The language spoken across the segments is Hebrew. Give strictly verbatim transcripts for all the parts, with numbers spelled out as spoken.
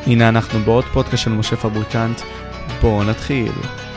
הנה אנחנו בעוד פודקאסט של משה פבריקנט, בואו נתחיל.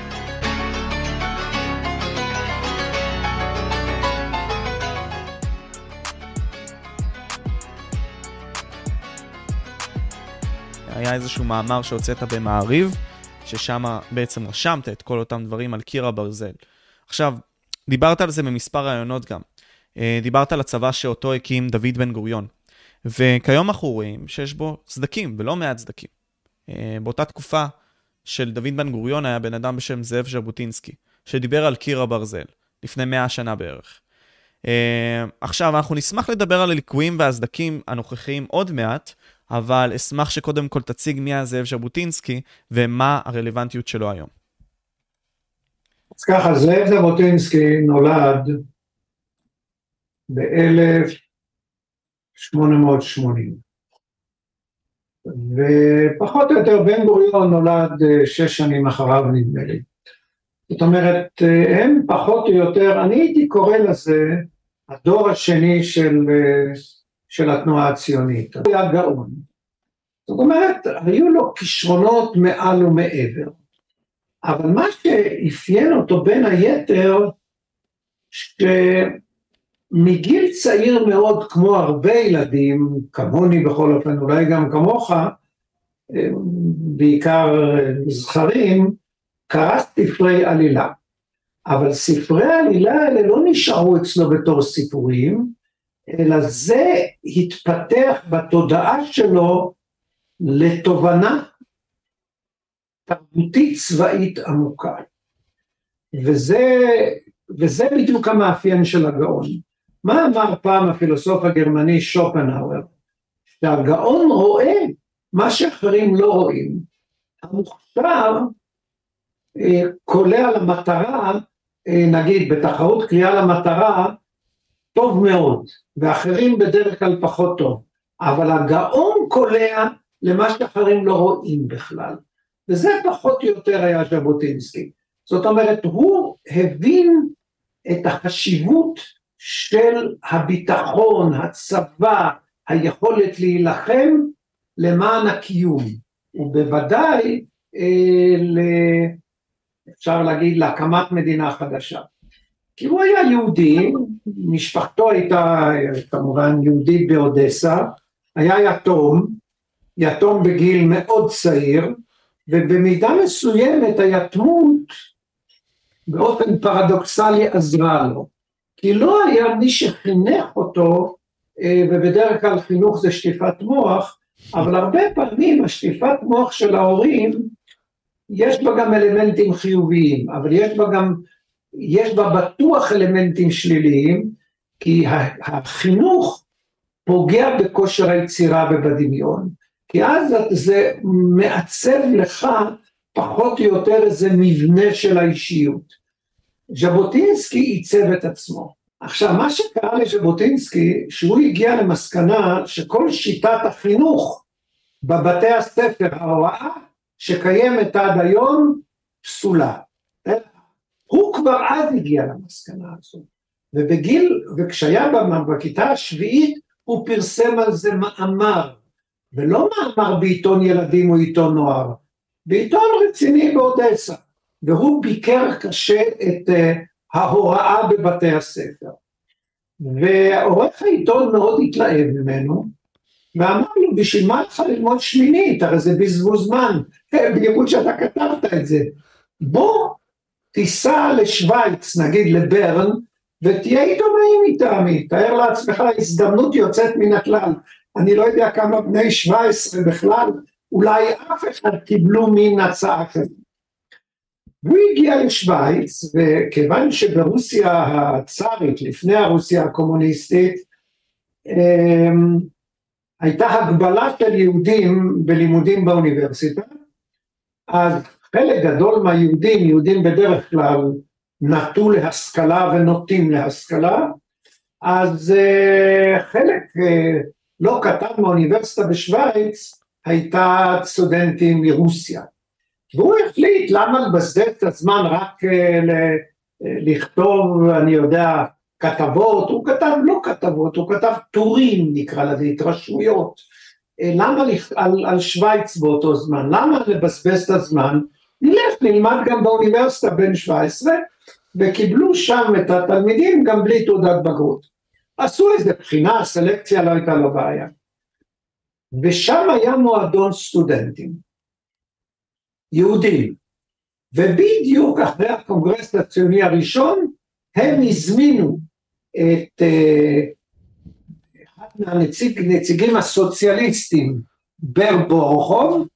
היה איזשהו מאמר שהוצאת במעריב, ששם בעצם רשמת את כל אותם דברים על קיר הברזל. עכשיו, דיברת על זה במספר רעיונות גם. דיברת על הצבא שאותו הקים דוד בן גוריון. וכיום אנחנו רואים שיש בו צדקים, ולא מעט צדקים. באותה תקופה של דוד בן גוריון היה בן אדם בשם זאב ז'בוטינסקי, שדיבר על קיר הברזל, לפני מאה שנה בערך. עכשיו, אנחנו נשמח לדבר על הליקויים והצדקים הנוכחיים עוד מעט, אבל אשמח שקודם כל תציג מי הזאב ז'בוטינסקי, ומה הרלוונטיות שלו היום. אז ככה, זאב ז'בוטינסקי נולד ב-אלף שמונה מאות ושמונים, ופחות או יותר בן גוריון נולד שש שנים אחריו נדמה לי. זאת אומרת, הם פחות או יותר, אני הייתי קורא לזה הדור השני של, של התנועה הציונית. הוא היה גאון. זאת אומרת, היו לו כישרונות מעל ומעבר. אבל מה שאפיין אותו בין היתר, שמגיל צעיר מאוד, כמו הרבה ילדים, כמוני בכל אופן, אולי גם כמוך, בעיקר זכרים, קרא ספרי עלילה. אבל ספרי העלילה האלה לא נשארו אצלו בתור סיפורים, אלא זה התפתח בתודעה שלו לתובנה תרבותית צבאית עמוקה. וזה, וזה בדיוק המאפיין של הגאון. מה אמר פעם הפילוסוף הגרמני שופנהאואר? שהגאון רואה מה שאחרים לא רואים. המוכשר קולע למטרה, נגיד בתחרות קליעה למטרה, טוב מאוד, ואחרים בדרך כלל פחות טוב. אבל הגאון קולע למה שאחרים לא רואים בכלל. וזה פחות או יותר היה ז'בוטינסקי. זאת אומרת, הוא הבין את החשיבות של הביטחון, הצבא, היכולת להילחם למען הקיום. ובוודאי, אה, ל... אפשר להגיד, להקמת מדינה חדשה. כי הוא היה יהודי, משפחתו הייתה כמובן יהודית באודסה, היה יתום, יתום בגיל מאוד צעיר, ובמידה מסוימת היתמות באופן פרדוקסלי עזרה לו, כי לא היה מי שחינך אותו, ובדרך כלל חינוך זה שטיפת מוח, אבל הרבה פעמים השטיפת מוח של ההורים, יש בה גם אלמנטים חיוביים, אבל יש בה גם, יש בה בטוח אלמנטים שליליים, כי החינוך פוגע בכושר היצירה ובדמיון, כי אז זה מעצב לך פחות או יותר איזה מבנה של האישיות. ז'בוטינסקי עיצב את עצמו. עכשיו, מה שקרה לז'בוטינסקי, שהוא הגיע למסקנה שכל שיטת החינוך בבתי הספר, ההוראה שקיימת עד היום, פסולה. הוא כבר אז הגיע למסקנה הזו. ובגיל, וכשהיה בכיתה השביעית, הוא פרסם על זה מאמר. ולא מאמר בעיתון ילדים או עיתון נוער, בעיתון רציני באודסה, והוא ביקר קשה את uh, ההוראה בבתי הספר. ועורך העיתון מאוד התלהב ממנו, ואמר לו, בשביל מה לך ללמוד שמינית, הרי זה בזבוז זמן, בגלל שאתה כתבת את זה, בוא תיסע לשוויץ, נגיד לברן, ותהיה עיתונאים איתם, תאר לעצמך, הזדמנות יוצאת מן הכלל, אני לא יודע כמה בני שבע עשרה בכלל, אולי אף אחד קיבלו מין הצעה כזאת. הוא הגיע לשוויץ, וכיוון שברוסיה הצארית, לפני הרוסיה הקומוניסטית, הייתה הגבלה של יהודים בלימודים באוניברסיטה, אז חלק גדול מהיהודים, יהודים בדרך כלל נטו להשכלה ונוטים להשכלה, אז חלק לא קטן מהאוניברסיטה בשוויץ, הייתה סטודנטים מרוסיה. והוא החליט למה לבזבז את הזמן רק לכתוב, אני יודע, כתבות, הוא כתב לא כתבות, הוא כתב טורים נקרא לזה, התרשמויות, למה על, על שוויץ באותו זמן? למה לבזבז את הזמן? נלך נלמד גם באוניברסיטה בין שבע עשרה, וקיבלו שם את התלמידים גם בלי תעודת בגרות. עשו איזה בחינה, סלקציה לא הייתה לו בעיה. ושם היה מועדון סטודנטים, יהודים, ובדיוק אחרי הקונגרס הציוני הראשון, הם הזמינו את אחד מהנציגים הסוציאליסטים, בר בורוכוב,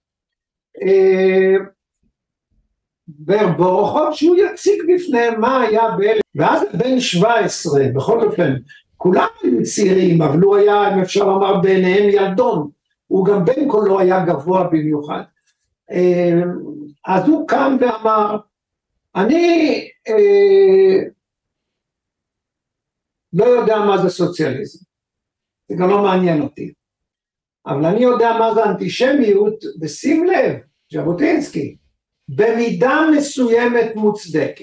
בר בורוכוב, שהוא יציג בפניהם מה היה ב... ואז בן שבע עשרה, בכל אופן, כולם היו צעירים, אבל הוא היה, אם אפשר לומר, ביניהם ילדון, הוא גם בין כולו היה גבוה במיוחד. אז הוא קם ואמר, אני אה, לא יודע מה זה סוציאליזם, זה גם לא מעניין אותי, אבל אני יודע מה זה אנטישמיות, ושים לב, ז'בוטינסקי, במידה מסוימת מוצדקת,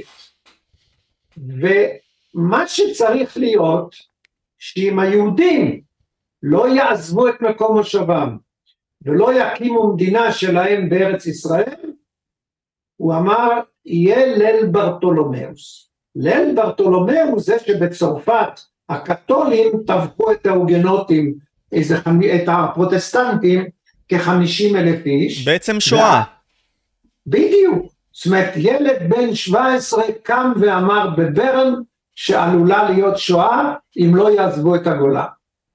ומה שצריך להיות, שאם היהודים לא יעזבו את מקום מושבם, ולא יקימו מדינה שלהם בארץ ישראל, הוא אמר, יהיה ליל ברטולומאוס. ליל ברטולומאוס זה שבצרפת הקתולים טבחו את ההוגנוטים, את הפרוטסטנטים, כ-חמישים אלף איש. בעצם שואה. בדיוק. זאת אומרת, ילד בן שבע עשרה קם ואמר בברן, שעלולה להיות שואה, אם לא יעזבו את הגולה.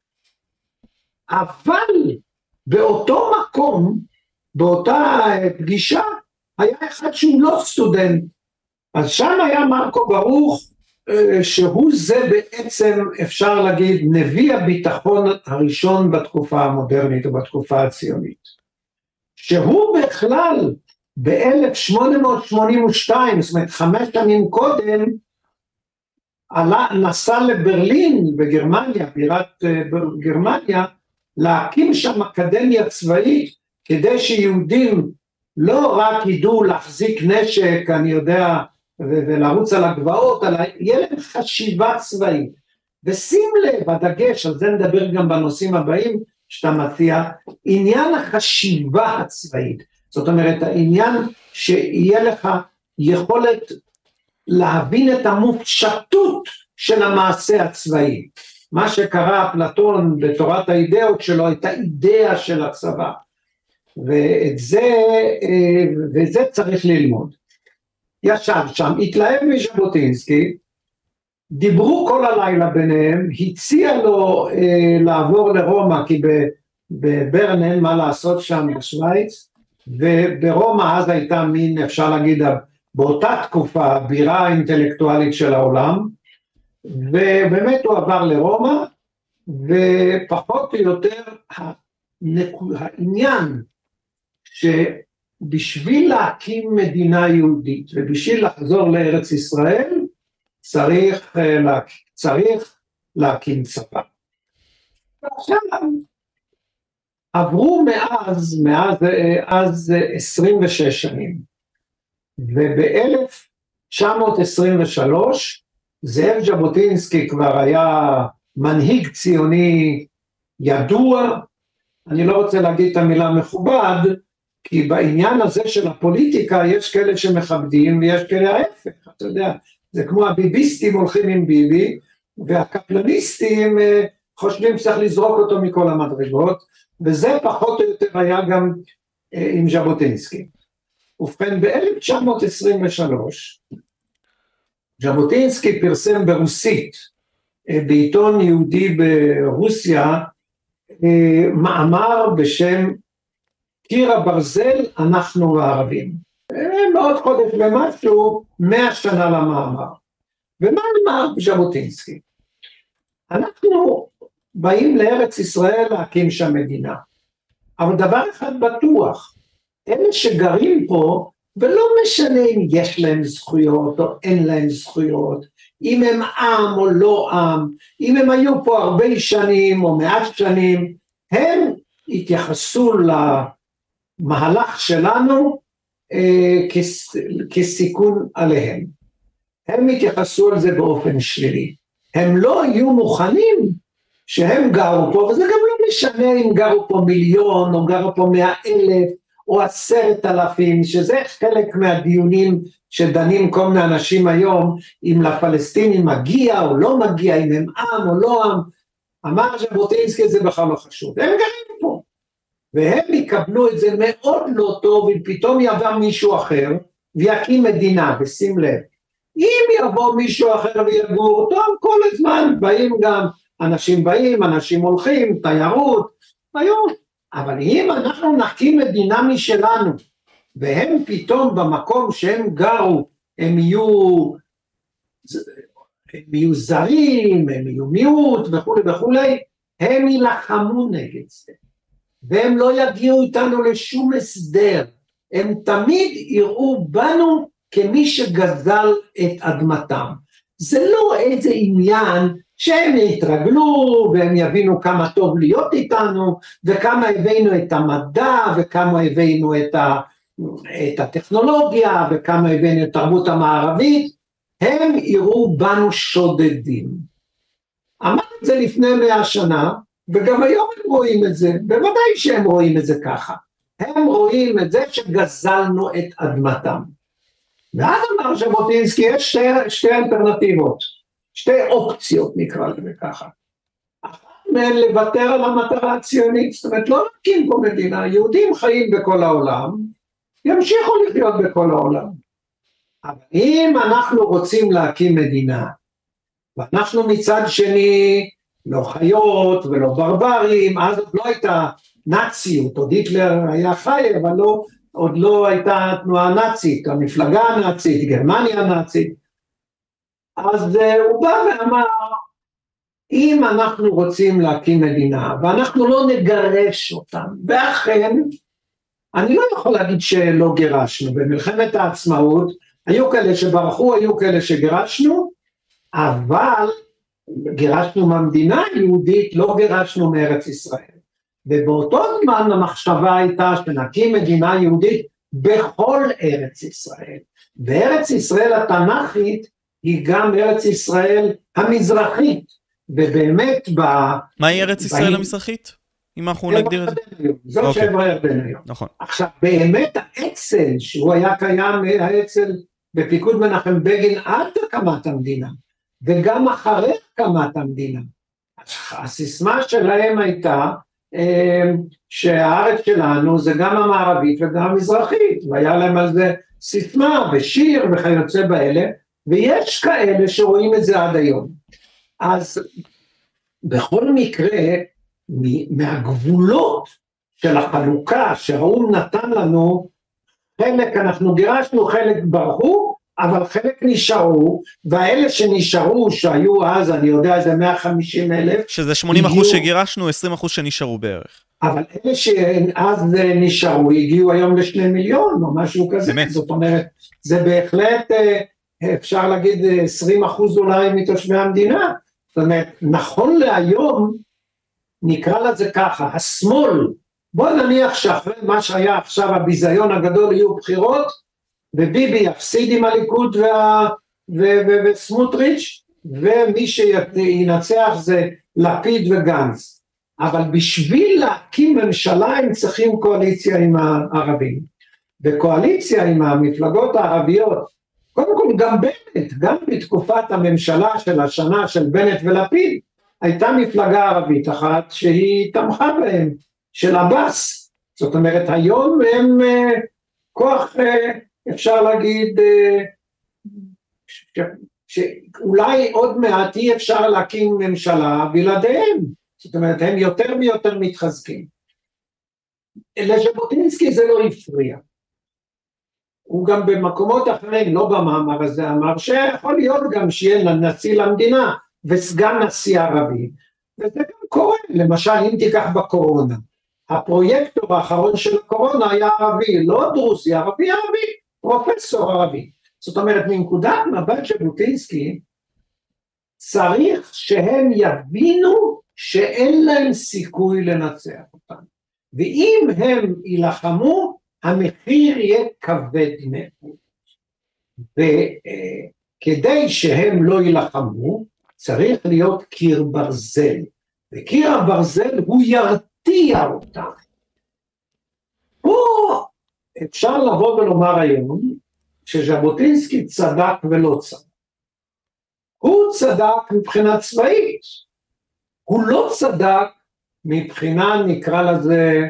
אבל באותו מקום, באותה פגישה, היה אחד שהוא לא סטודנט, אז שם היה מרקו ברוך, שהוא זה בעצם אפשר להגיד נביא הביטחון הראשון בתקופה המודרנית או בתקופה הציונית, שהוא בכלל ב-אלף שמונה מאות שמונים ושתיים, זאת אומרת חמש שנים קודם, עלה, נסע לברלין בגרמניה, בירת גרמניה, להקים שם אקדמיה צבאית, כדי שיהודים לא רק ידעו להחזיק נשק, אני יודע, ולרוץ על הגבעות, אלא יהיה להם חשיבה צבאית. ושים לב, הדגש, על זה נדבר גם בנושאים הבאים שאתה מציע, עניין החשיבה הצבאית. זאת אומרת, העניין שיהיה לך יכולת להבין את המופשטות של המעשה הצבאי. מה שקרא אפלטון בתורת האידאות שלו, את האידאה של הצבא. ואת זה, ואת זה צריך ללמוד. ישב שם, התלהב מז'בוטינסקי, דיברו כל הלילה ביניהם, הציע לו אה, לעבור לרומא, כי בברן אין מה לעשות שם בשוויץ, וברומא אז הייתה מין, אפשר להגיד, באותה תקופה, הבירה האינטלקטואלית של העולם, ובאמת הוא עבר לרומא, ופחות או יותר העניין שבשביל להקים מדינה יהודית, ובשביל לחזור לארץ ישראל, צריך, צריך להקים צבא. עכשיו, עברו מאז, מאז, אז עשרים ושש שנים, וב-אלף תשע מאות עשרים ושלוש, זאב ז'בוטינסקי כבר היה מנהיג ציוני ידוע, אני לא רוצה להגיד את המילה מכובד, כי בעניין הזה של הפוליטיקה יש כאלה שמכבדים ויש כאלה ההפך, אתה יודע, זה כמו הביביסטים הולכים עם ביבי, והקפלניסטים חושבים שצריך לזרוק אותו מכל המדרגות, וזה פחות או יותר היה גם עם ז'בוטינסקי. ובכן, ב-אלף תשע מאות עשרים ושלוש, ז'בוטינסקי פרסם ברוסית, בעיתון יהודי ברוסיה, מאמר בשם קיר הברזל, אנחנו הערבים. מאוד חודש ומשהו, מאה שנה למאמר. ומה אמר ז'בוטינסקי? אנחנו באים לארץ ישראל להקים שם מדינה, אבל דבר אחד בטוח, אלה שגרים פה, ולא משנה אם יש להם זכויות או אין להם זכויות, אם הם עם או לא עם, אם הם היו פה הרבה שנים או מעט שנים, הם התייחסו למהלך שלנו אה, כס, כסיכון עליהם. הם התייחסו על זה באופן שלילי. הם לא היו מוכנים שהם גרו פה, וזה גם לא משנה אם גרו פה מיליון, או גרו פה מאה אלף, או עשרת אלפים, שזה חלק מהדיונים שדנים כל מיני אנשים היום, אם לפלסטינים מגיע או לא מגיע, אם הם עם או לא עם, אמר ז'בוטינסקי זה בכלל לא חשוב, הם גרים פה, והם יקבלו את זה מאוד לא טוב, אם פתאום יבוא מישהו אחר, ויקים מדינה, ושים לב, אם יבוא מישהו אחר ויגור, טוב, כל הזמן באים גם, אנשים באים, אנשים הולכים, תיירות, היום, אבל אם אנחנו נקים מדינה משלנו, והם פתאום במקום שהם גרו, הם יהיו, הם יהיו זרים, הם יהיו מיעוט וכו' וכו', הם ילחמו נגד זה, והם לא יגיעו איתנו לשום הסדר, הם תמיד יראו בנו כמי שגזל את אדמתם, זה לא איזה עניין שהם יתרגלו והם יבינו כמה טוב להיות איתנו, וכמה הבאנו את המדע, וכמה הבאנו את, ה, את הטכנולוגיה, וכמה הבאנו את תרבות המערבית, הם יראו בנו שודדים. אמר את זה לפני מאה שנה, וגם היום הם רואים את זה, בוודאי שהם רואים את זה ככה, הם רואים את זה שגזלנו את אדמתם. ואז אמר ז'בוטינסקי, יש שתי, שתי אלטרנטיבות, שתי אופציות נקרא לזה ככה, אחת מהן לוותר על המטרה הציונית, זאת אומרת לא להקים פה מדינה, יהודים חיים בכל העולם, ימשיכו לחיות בכל העולם, אבל אם אנחנו רוצים להקים מדינה, ואנחנו מצד שני לא חיות ולא ברברים, אז עוד לא הייתה נאציות, עוד היטלר היה חי, אבל לא, עוד לא הייתה תנועה נאצית, המפלגה הנאצית, גרמניה הנאצית, אז הוא בא ואמר, אם אנחנו רוצים להקים מדינה, ואנחנו לא נגרש אותם, ואכן, אני לא יכול להגיד שלא גירשנו, במלחמת העצמאות, היו כאלה שברחו, היו כאלה שגירשנו, אבל גירשנו מהמדינה היהודית, לא גירשנו מארץ ישראל. ובאותו זמן המחשבה הייתה שנקים מדינה יהודית בכל ארץ ישראל. וארץ ישראל התנ"כית, היא גם ארץ ישראל המזרחית, ובאמת ב... מהי ארץ ישראל המזרחית? אם אנחנו נגדיר את זה. זאת שעבר ירדן היום. נכון. עכשיו, באמת האצ"ל, שהוא היה קיים, האצ"ל בפיקוד מנחם בגין עד הקמת המדינה, וגם אחרי הקמת המדינה, הסיסמה שלהם הייתה, שהארץ שלנו זה גם המערבית וגם המזרחית, והיה להם על זה סיסמה ושיר וכיוצא באלה, ויש כאלה שרואים את זה עד היום. אז בכל מקרה, מהגבולות של החלוקה שהאום נתן לנו, חלק אנחנו גירשנו, חלק ברחו, אבל חלק נשארו, והאלה שנשארו, שהיו אז, אני יודע, זה מאה וחמישים אלף. שזה שמונים אחוז שגירשנו, עשרים אחוז שנשארו בערך. אבל אלה שאז נשארו, הגיעו היום לשני מיליון, או משהו כזה. באמת. זאת אומרת, זה בהחלט... אפשר להגיד עשרים אחוז אולי מתושבי המדינה, זאת אומרת, נכון להיום, נקרא לזה ככה, השמאל, בוא נניח שאחרי מה שהיה עכשיו, הביזיון הגדול יהיו בחירות, וביבי יפסיד עם הליכוד וה, ו, ו, וסמוטריץ', ומי שינצח זה לפיד וגנץ, אבל בשביל להקים ממשלה הם צריכים קואליציה עם הערבים, וקואליציה עם המפלגות הערביות, קודם כל גם בנט, גם בתקופת הממשלה של השנה של בנט ולפיד, הייתה מפלגה ערבית אחת שהיא תמכה בהם, של הבאס, זאת אומרת היום הם uh, כוח, uh, אפשר להגיד, uh, ש, שאולי עוד מעט אי אפשר להקים ממשלה בלעדיהם, זאת אומרת הם יותר ויותר מתחזקים. לז'בוטינסקי זה לא הפריע. הוא גם במקומות אחרים, לא במאמר הזה, אמר שיכול להיות גם שיהיה נשיא למדינה, וסגן נשיא ערבי, וזה גם קורה, למשל אם תיקח בקורונה, הפרויקטור האחרון של הקורונה היה ערבי, לא דרוסי, ערבי ערבי, פרופסור ערבי, זאת אומרת מנקודת מבט ז'בוטינסקי, צריך שהם יבינו שאין להם סיכוי לנצח אותם, ואם הם ילחמו, המחיר יהיה כבד מאוד, וכדי שהם לא ילחמו, צריך להיות קיר ברזל, וקיר הברזל הוא ירתיע אותם. פה אפשר לבוא ולומר היום, שז'בוטינסקי צדק ולא צדק. הוא צדק מבחינה צבאית, הוא לא צדק מבחינה, נקרא לזה,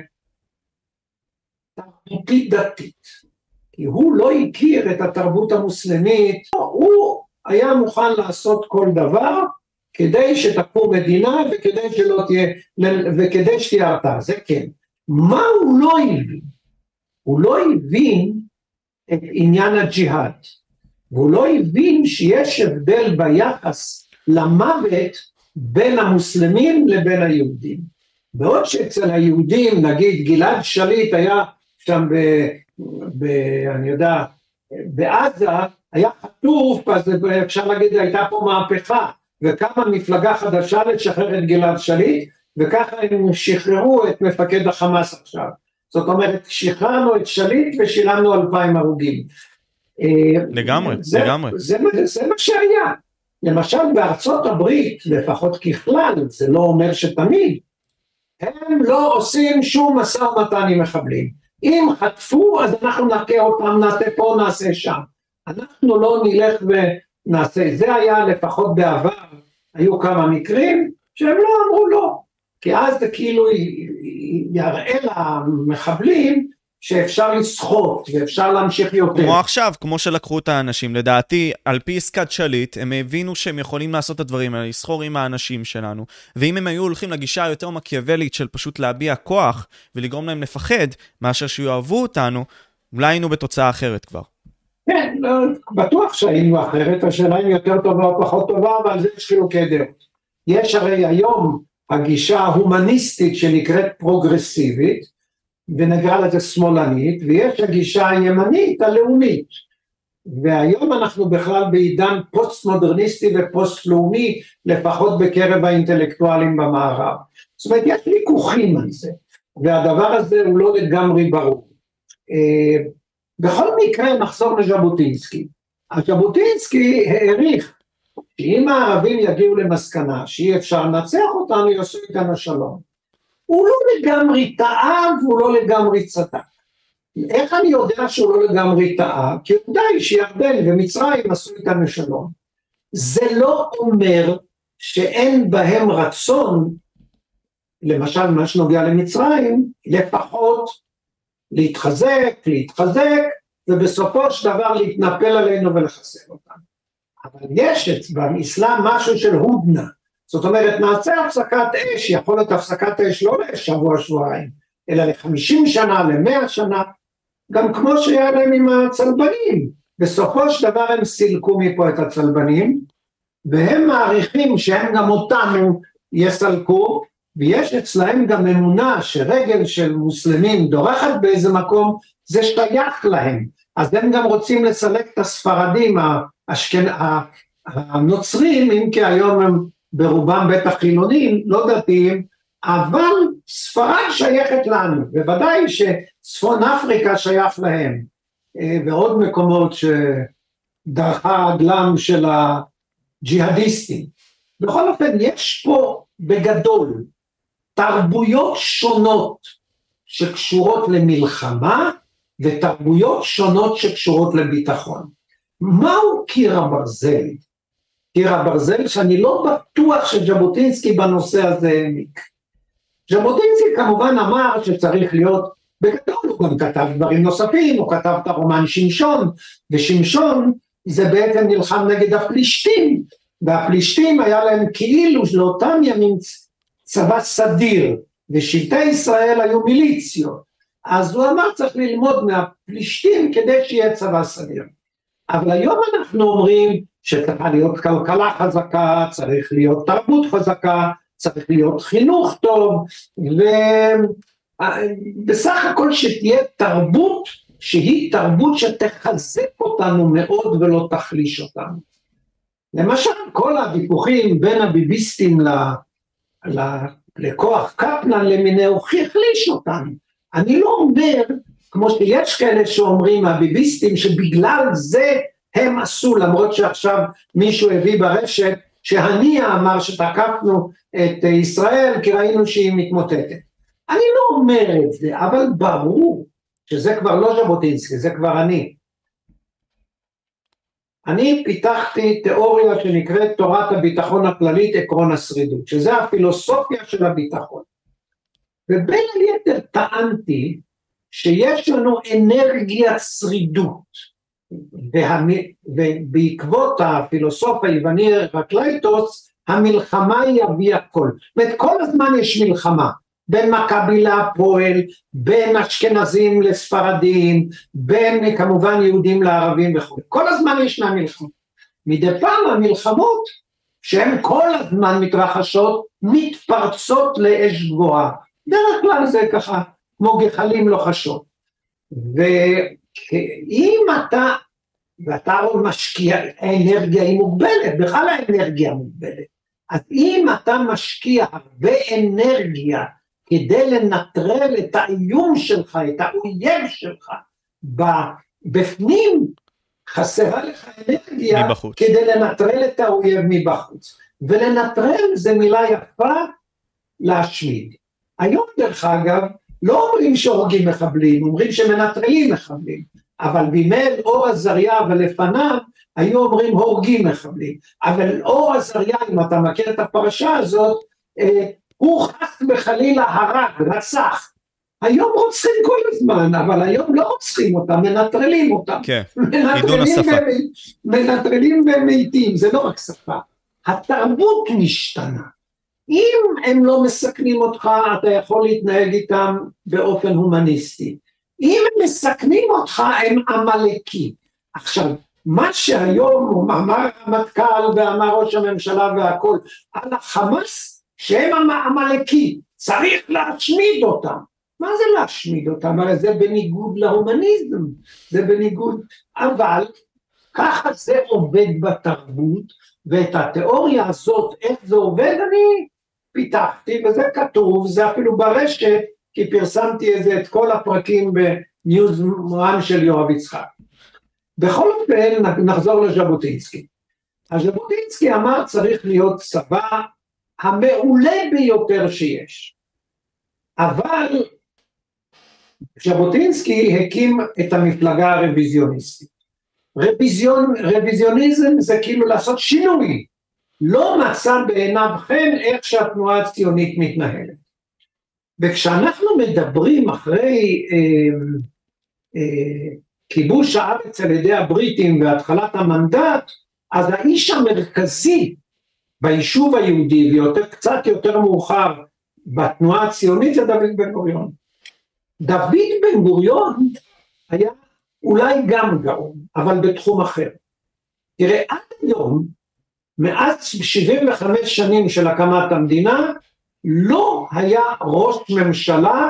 תרבותית דתית, כי הוא לא הכיר את התרבות המוסלמית, הוא היה מוכן לעשות כל דבר, כדי שתקום מדינה, וכדי שלא תהיה, וכדי שתהיה הרתעה, זה כן. מה הוא לא הבין? הוא לא הבין את עניין הג'יהאד, והוא לא הבין שיש הבדל ביחס למוות בין המוסלמים לבין היהודים. בעוד שאצל היהודים, נגיד גלעד שליט היה שם ב... ב אני יודע, בעזה, היה חטוף, אז אפשר להגיד, הייתה פה מהפכה, וקמה מפלגה חדשה לשחרר את גלעד שליט, וככה הם שחררו את מפקד החמאס עכשיו. זאת אומרת, שחררנו את שליט ושילמנו אלפיים הרוגים. לגמרי, זה, לגמרי. זה, זה, זה מה שהיה. למשל בארצות הברית, לפחות ככלל, זה לא אומר שתמיד, הם לא עושים שום משא ומתן עם מחבלים. אם חטפו, אז אנחנו נעשה אותם, נעשה פה, נעשה שם. אנחנו לא נלך ונעשה. זה היה לפחות בעבר, היו כמה מקרים שהם לא אמרו לא. כי אז זה כאילו יראה למחבלים שאפשר לסחוט ואפשר להמשיך יותר. כמו עכשיו, כמו שלקחו את האנשים, לדעתי, על פי עסקת שליט, הם הבינו שהם יכולים לעשות את הדברים האלה, לסחור עם האנשים שלנו, ואם הם היו הולכים לגישה יותר מקיאוולית של פשוט להביע כוח, ולגרום להם לפחד, מאשר שיאהבו אותנו, אולי היינו בתוצאה אחרת כבר. כן, לא, בטוח שהיינו אחרת, השאלה אם יותר טובה או פחות טובה, אבל זה יש חילוקי דעות. יש הרי היום הגישה ההומניסטית שנקראת פרוגרסיבית, ונקרא לזה שמאלנית, ויש הגישה הימנית הלאומית, והיום אנחנו בכלל בעידן פוסט מודרניסטי ופוסט לאומי, לפחות בקרב האינטלקטואלים במערב. זאת אומרת, יש ויכוחים על זה, והדבר הזה הוא לא לגמרי ברור. בכל מקרה נחזור לז'בוטינסקי. ז'בוטינסקי העריך שאם הערבים יגיעו למסקנה שאי אפשר לנצח אותנו, יעשו איתנו שלום. הוא לא לגמרי טעה והוא לא לגמרי צדק. איך אני יודע שהוא לא לגמרי טעה? כי עובדה שירדן ומצרים עשו איתנו שלום. זה לא אומר שאין בהם רצון, למשל מה שנוגע למצרים, לפחות להתחזק, להתחזק, ובסופו של דבר להתנפל עלינו ולחסל אותם. אבל יש באסלאם משהו של הודנה, זאת אומרת נעשה הפסקת אש, יכול להיות הפסקת אש לא לשבוע שבועיים, אלא ל-חמישים שנה, ל-מאה שנה, גם כמו שהיה להם עם הצלבנים, בסופו של דבר הם סילקו מפה את הצלבנים, והם מעריכים שהם גם אותנו יסלקו, ויש אצלהם גם אמונה שרגל של מוסלמים דורכת באיזה מקום, זה שייך להם, אז הם גם רוצים לסלק את הספרדים, השכנ... הנוצרים, אם כי היום הם ברובם בטח חילונים, לא דתיים, אבל ספרד שייכת לנו, בוודאי שצפון אפריקה שייך להם, ועוד מקומות שדרכה הדלם של הג'יהאדיסטים. בכל אופן, יש פה בגדול תרבויות שונות שקשורות למלחמה, ותרבויות שונות שקשורות לביטחון. מהו קיר הברזל? קיר הברזל שאני לא בטוח שז'בוטינסקי בנושא הזה העמיק. ז'בוטינסקי כמובן אמר שצריך להיות, בגדול הוא גם כתב דברים נוספים, הוא כתב את הרומן שמשון, ושמשון זה בעצם נלחם נגד הפלישתים, והפלישתים היה להם כאילו לאותם ימים צבא סדיר, ושבטי ישראל היו מיליציות, אז הוא אמר צריך ללמוד מהפלישתים כדי שיהיה צבא סדיר. אבל היום אנחנו אומרים שצריכה להיות כלכלה חזקה, צריך להיות תרבות חזקה, צריך להיות חינוך טוב, ובסך הכל שתהיה תרבות שהיא תרבות שתחזק אותנו מאוד ולא תחליש אותנו. למשל כל הוויכוחים בין הביביסטים ל, ל, לכוח קפלן למיניהו החליש אותנו. אני לא אומר, כמו שיש כאלה שאומרים הביביסטים שבגלל זה הם עשו, למרות שעכשיו מישהו הביא ברשת שהנייה אמר שתקפנו את ישראל כי ראינו שהיא מתמוטטת. אני לא אומר את זה, אבל ברור שזה כבר לא ז'בוטינסקי, זה כבר אני. אני פיתחתי תיאוריה שנקראת תורת הביטחון הכללית, עקרון השרידות, שזה הפילוסופיה של הביטחון. ובין היתר טענתי שיש לנו אנרגיית שרידות, ובעקבות הפילוסוף היווני הרקלייטוס, המלחמה היא אבי הכל. זאת אומרת, כל הזמן יש מלחמה, בין מכבי להפועל, בין אשכנזים לספרדים, בין כמובן יהודים לערבים וכו'. כל הזמן ישנה מלחמה. מדי פעם המלחמות, שהן כל הזמן מתרחשות, מתפרצות לאש גבוהה. דרך כלל זה ככה, כמו גחלים לוחשות. ואם אתה, ואתה משקיע, האנרגיה היא מוגבלת, בכלל האנרגיה מוגבלת. אז אם אתה משקיע הרבה אנרגיה, כדי לנטרל את האיום שלך, את האויב שלך, בפנים חסרה לך אנרגיה, מבחוץ. כדי לנטרל את האויב מבחוץ. ולנטרל זה מילה יפה להשמיד. היום דרך אגב, לא אומרים שהורגים מחבלים, אומרים שמנטרלים מחבלים, אבל בימי אור עזריה ולפניו, היו אומרים הורגים מחבלים, אבל אור עזריה, אם אתה מכיר את הפרשה הזאת, הוא חס בחלילה הרג, רצח. היום רוצחים כל הזמן, אבל היום לא רוצחים אותם, מנטרלים אותם. כן, עידון השפה. מנטרלים ומתים, זה לא רק שפה. התרבות משתנה. אם הם לא מסכנים אותך, אתה יכול להתנהג איתם באופן הומניסטי. אם הם מסכנים אותך, הם עמלקים. עכשיו, מה שהיום אמר המטכ"ל ואמר ראש הממשלה והכל, על החמאס, שהם העמלקים, צריך להשמיד אותם. מה זה להשמיד אותם? הרי זה בניגוד להומניזם, זה בניגוד, אבל ככה זה עובד בתרבות, ואת התיאוריה הזאת, איך זה עובד, אני פיתחתי, וזה כתוב, זה אפילו ברשת, כי פרסמתי את זה, את כל הפרקים בניוז מואן של יואב יצחק. בכל אופן, נחזור לז'בוטינסקי. הז'בוטינסקי אמר, צריך להיות צבא, המעולה ביותר שיש. אבל ז'בוטינסקי הקים את המפלגה הרוויזיוניסטית. רוויזיון, רוויזיוניזם זה כאילו לעשות שינוי. לא מצא בעיניו חן איך שהתנועה הציונית מתנהלת. וכשאנחנו מדברים אחרי אה, אה, כיבוש הארץ על ידי הבריטים והתחלת המנדט, אז האיש המרכזי ביישוב היהודי, ויותר קצת יותר מאוחר בתנועה הציונית, זה דוד בן גוריון. דוד בן גוריון היה אולי גם גאון, אבל בתחום אחר. תראה, עד היום, מאז שבעים וחמש שנים של הקמת המדינה, לא היה ראש ממשלה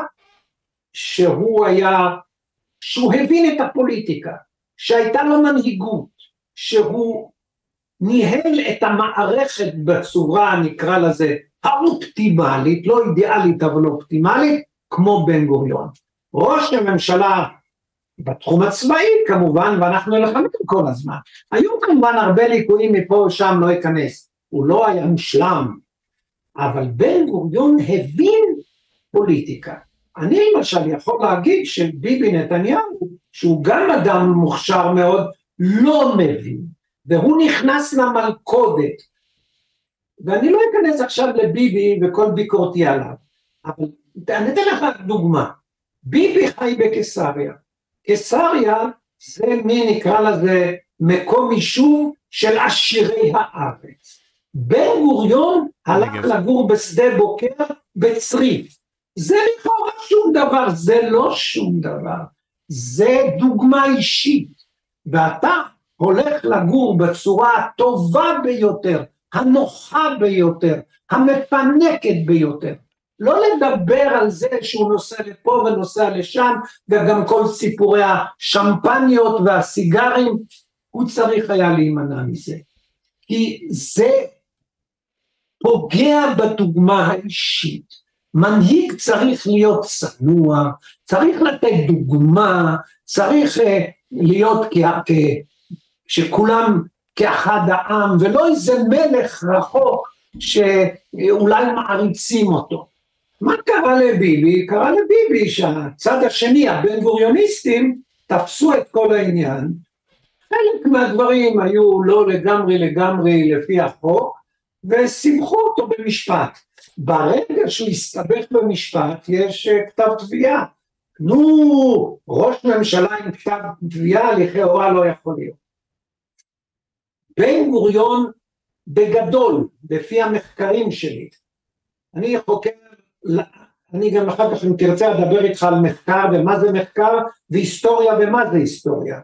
שהוא היה, שהוא הבין את הפוליטיקה, שהייתה לו מנהיגות, שהוא ניהל את המערכת בצורה, נקרא לזה, האופטימלית, לא אידיאלית אבל אופטימלית, כמו בן גוריון. ראש הממשלה בתחום הצבאי כמובן, ואנחנו נלחמים כל הזמן. היו כמובן הרבה ליקויים מפה ושם, לא ייכנס. הוא לא היה מושלם, אבל בן גוריון הבין פוליטיקה. אני למשל יכול להגיד שביבי נתניהו, שהוא גם אדם מוכשר מאוד, לא מבין. והוא נכנס למלכודת, ואני לא אכנס עכשיו לביבי וכל ביקורתי עליו, אבל אני אתן לך דוגמה, ביבי חי בקיסריה, קיסריה זה מי נקרא לזה מקום יישוב של עשירי הארץ, בן גוריון הלך לגור בשדה בוקר בצריף, זה לכאורה שום דבר, זה לא שום דבר, זה דוגמה אישית, ואתה הולך לגור בצורה הטובה ביותר, הנוחה ביותר, המפנקת ביותר. לא לדבר על זה שהוא נוסע לפה ונוסע לשם, וגם כל סיפורי השמפניות והסיגרים, הוא צריך היה להימנע מזה. כי זה פוגע בדוגמה האישית. מנהיג צריך להיות צנוע, צריך לתת דוגמה, צריך להיות כ... שכולם כאחד העם, ולא איזה מלך רחוק שאולי מעריצים אותו. מה קרה לביבי? קרה לביבי שהצד השני, הבן גוריוניסטים, תפסו את כל העניין, חלק מהדברים היו לא לגמרי לגמרי לפי החוק, וסימכו אותו במשפט. ברגע שהוא הסתבך במשפט, יש כתב תביעה. נו, ראש ממשלה עם כתב תביעה, לכאורה לא יכול להיות. בן גוריון בגדול, לפי המחקרים שלי, אני חוקר, אני גם אחר כך אם תרצה לדבר איתך על מחקר, ומה זה מחקר, והיסטוריה ומה זה היסטוריה.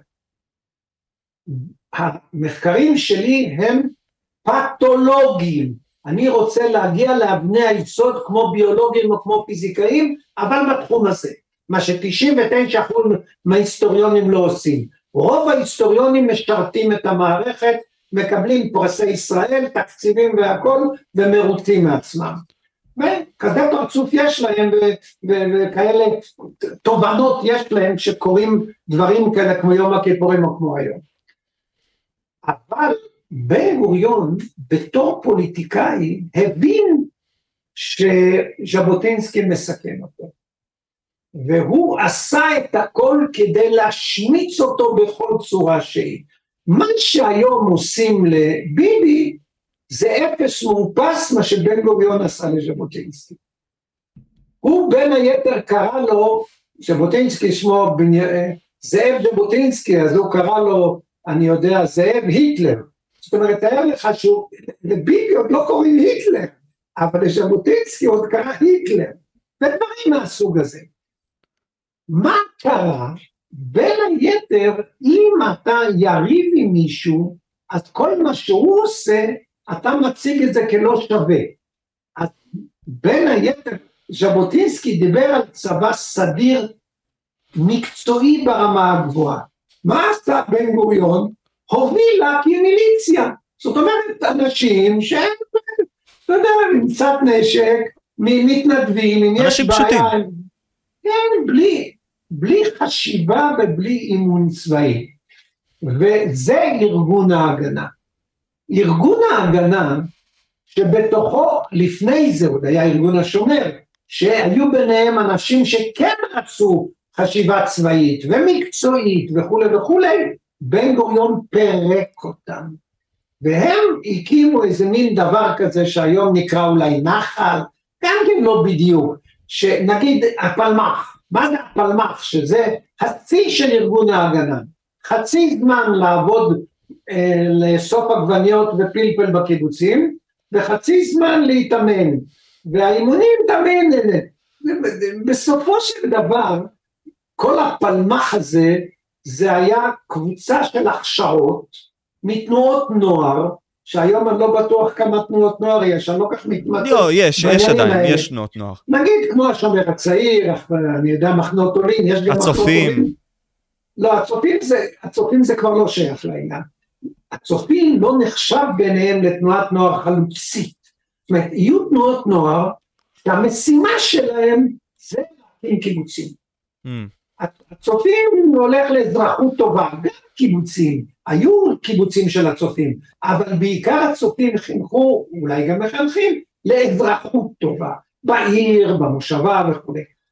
המחקרים שלי הם פתולוגיים, אני רוצה להגיע לאבני היסוד כמו ביולוגים או כמו פיזיקאים, אבל בתחום הזה, מה ש-תשעים ותשע אחוז מההיסטוריונים לא עושים. רוב ההיסטוריונים משרתים את המערכת, מקבלים פרסי ישראל, תקציבים והכל, ומרוצים מעצמם. וכזה פרצוף יש להם, וכאלה תובנות יש להם, שקוראים דברים כאלה כמו יום הכיפורים או כמו היום. אבל בן גוריון, בתור פוליטיקאי, הבין שז'בוטינסקי מסכן אותו. והוא עשה את הכל כדי להשמיץ אותו בכל צורה שהיא. מה שהיום עושים לביבי, זה אפס מאופס מה שבן גוריון עשה לז'בוטינסקי. הוא בין היתר קרא לו, ז'בוטינסקי שמו זאב ז'בוטינסקי, אז הוא קרא לו, אני יודע, זאב היטלר. זאת אומרת, תאר לך שהוא, לביבי עוד לא קוראים היטלר, אבל לז'בוטינסקי עוד קרא היטלר, ודברים מהסוג הזה. מה קרה? בין היתר, אם אתה יריב עם מישהו, אז כל מה שהוא עושה, אתה מציג את זה כלא שווה. אז בין היתר, ז'בוטינסקי דיבר על צבא סדיר, מקצועי ברמה הגבוהה. מה עשה בן גוריון? הוביל להקים מיליציה. זאת אומרת, אנשים שהם, אתה יודע, עם קצת נשק, מתנדבים, אם יש בעיה, כן, בלי, בלי חשיבה ובלי אימון צבאי. וזה ארגון ההגנה. ארגון ההגנה, שבתוכו, לפני זה, עוד היה ארגון השומר, שהיו ביניהם אנשים שכן רצו חשיבה צבאית ומקצועית וכו' וכו', בן גוריון פרק אותם. והם הקימו איזה מין דבר כזה שהיום נקרא אולי נחל, גם כן לא בדיוק, שנגיד הפלמ"ח, מה זה הפלמ"ח? שזה חצי של ארגון ההגנה, חצי זמן לעבוד אה, לסוף עגבניות ופלפל בקיבוצים, וחצי זמן להתאמן, והאימונים תאמן, בסופו של דבר, כל הפלמ"ח הזה, זה היה קבוצה של הכשרות, מתנועות נוער, שהיום אני לא בטוח כמה תנועות נוער יש, אני לא כך מתמצא. לא, יש, יש עדיין, האלה. יש תנועות נוער. נגיד כמו השומר הצעיר, אני יודע, מחנות עולים, יש גם מחנות עולים. הצופים. לא, הצופים זה, הצופים זה כבר לא שייך לעניין. הצופים לא נחשב ביניהם לתנועת נוער חלוצית. זאת אומרת, יהיו תנועות נוער, שהמשימה שלהם זה להקים קיבוצים. Mm. הצופים הולך לאזרחות טובה, גם קיבוצים, היו קיבוצים של הצופים, אבל בעיקר הצופים חינכו, אולי גם מחנכים, לאזרחות טובה, בעיר, במושבה וכו'.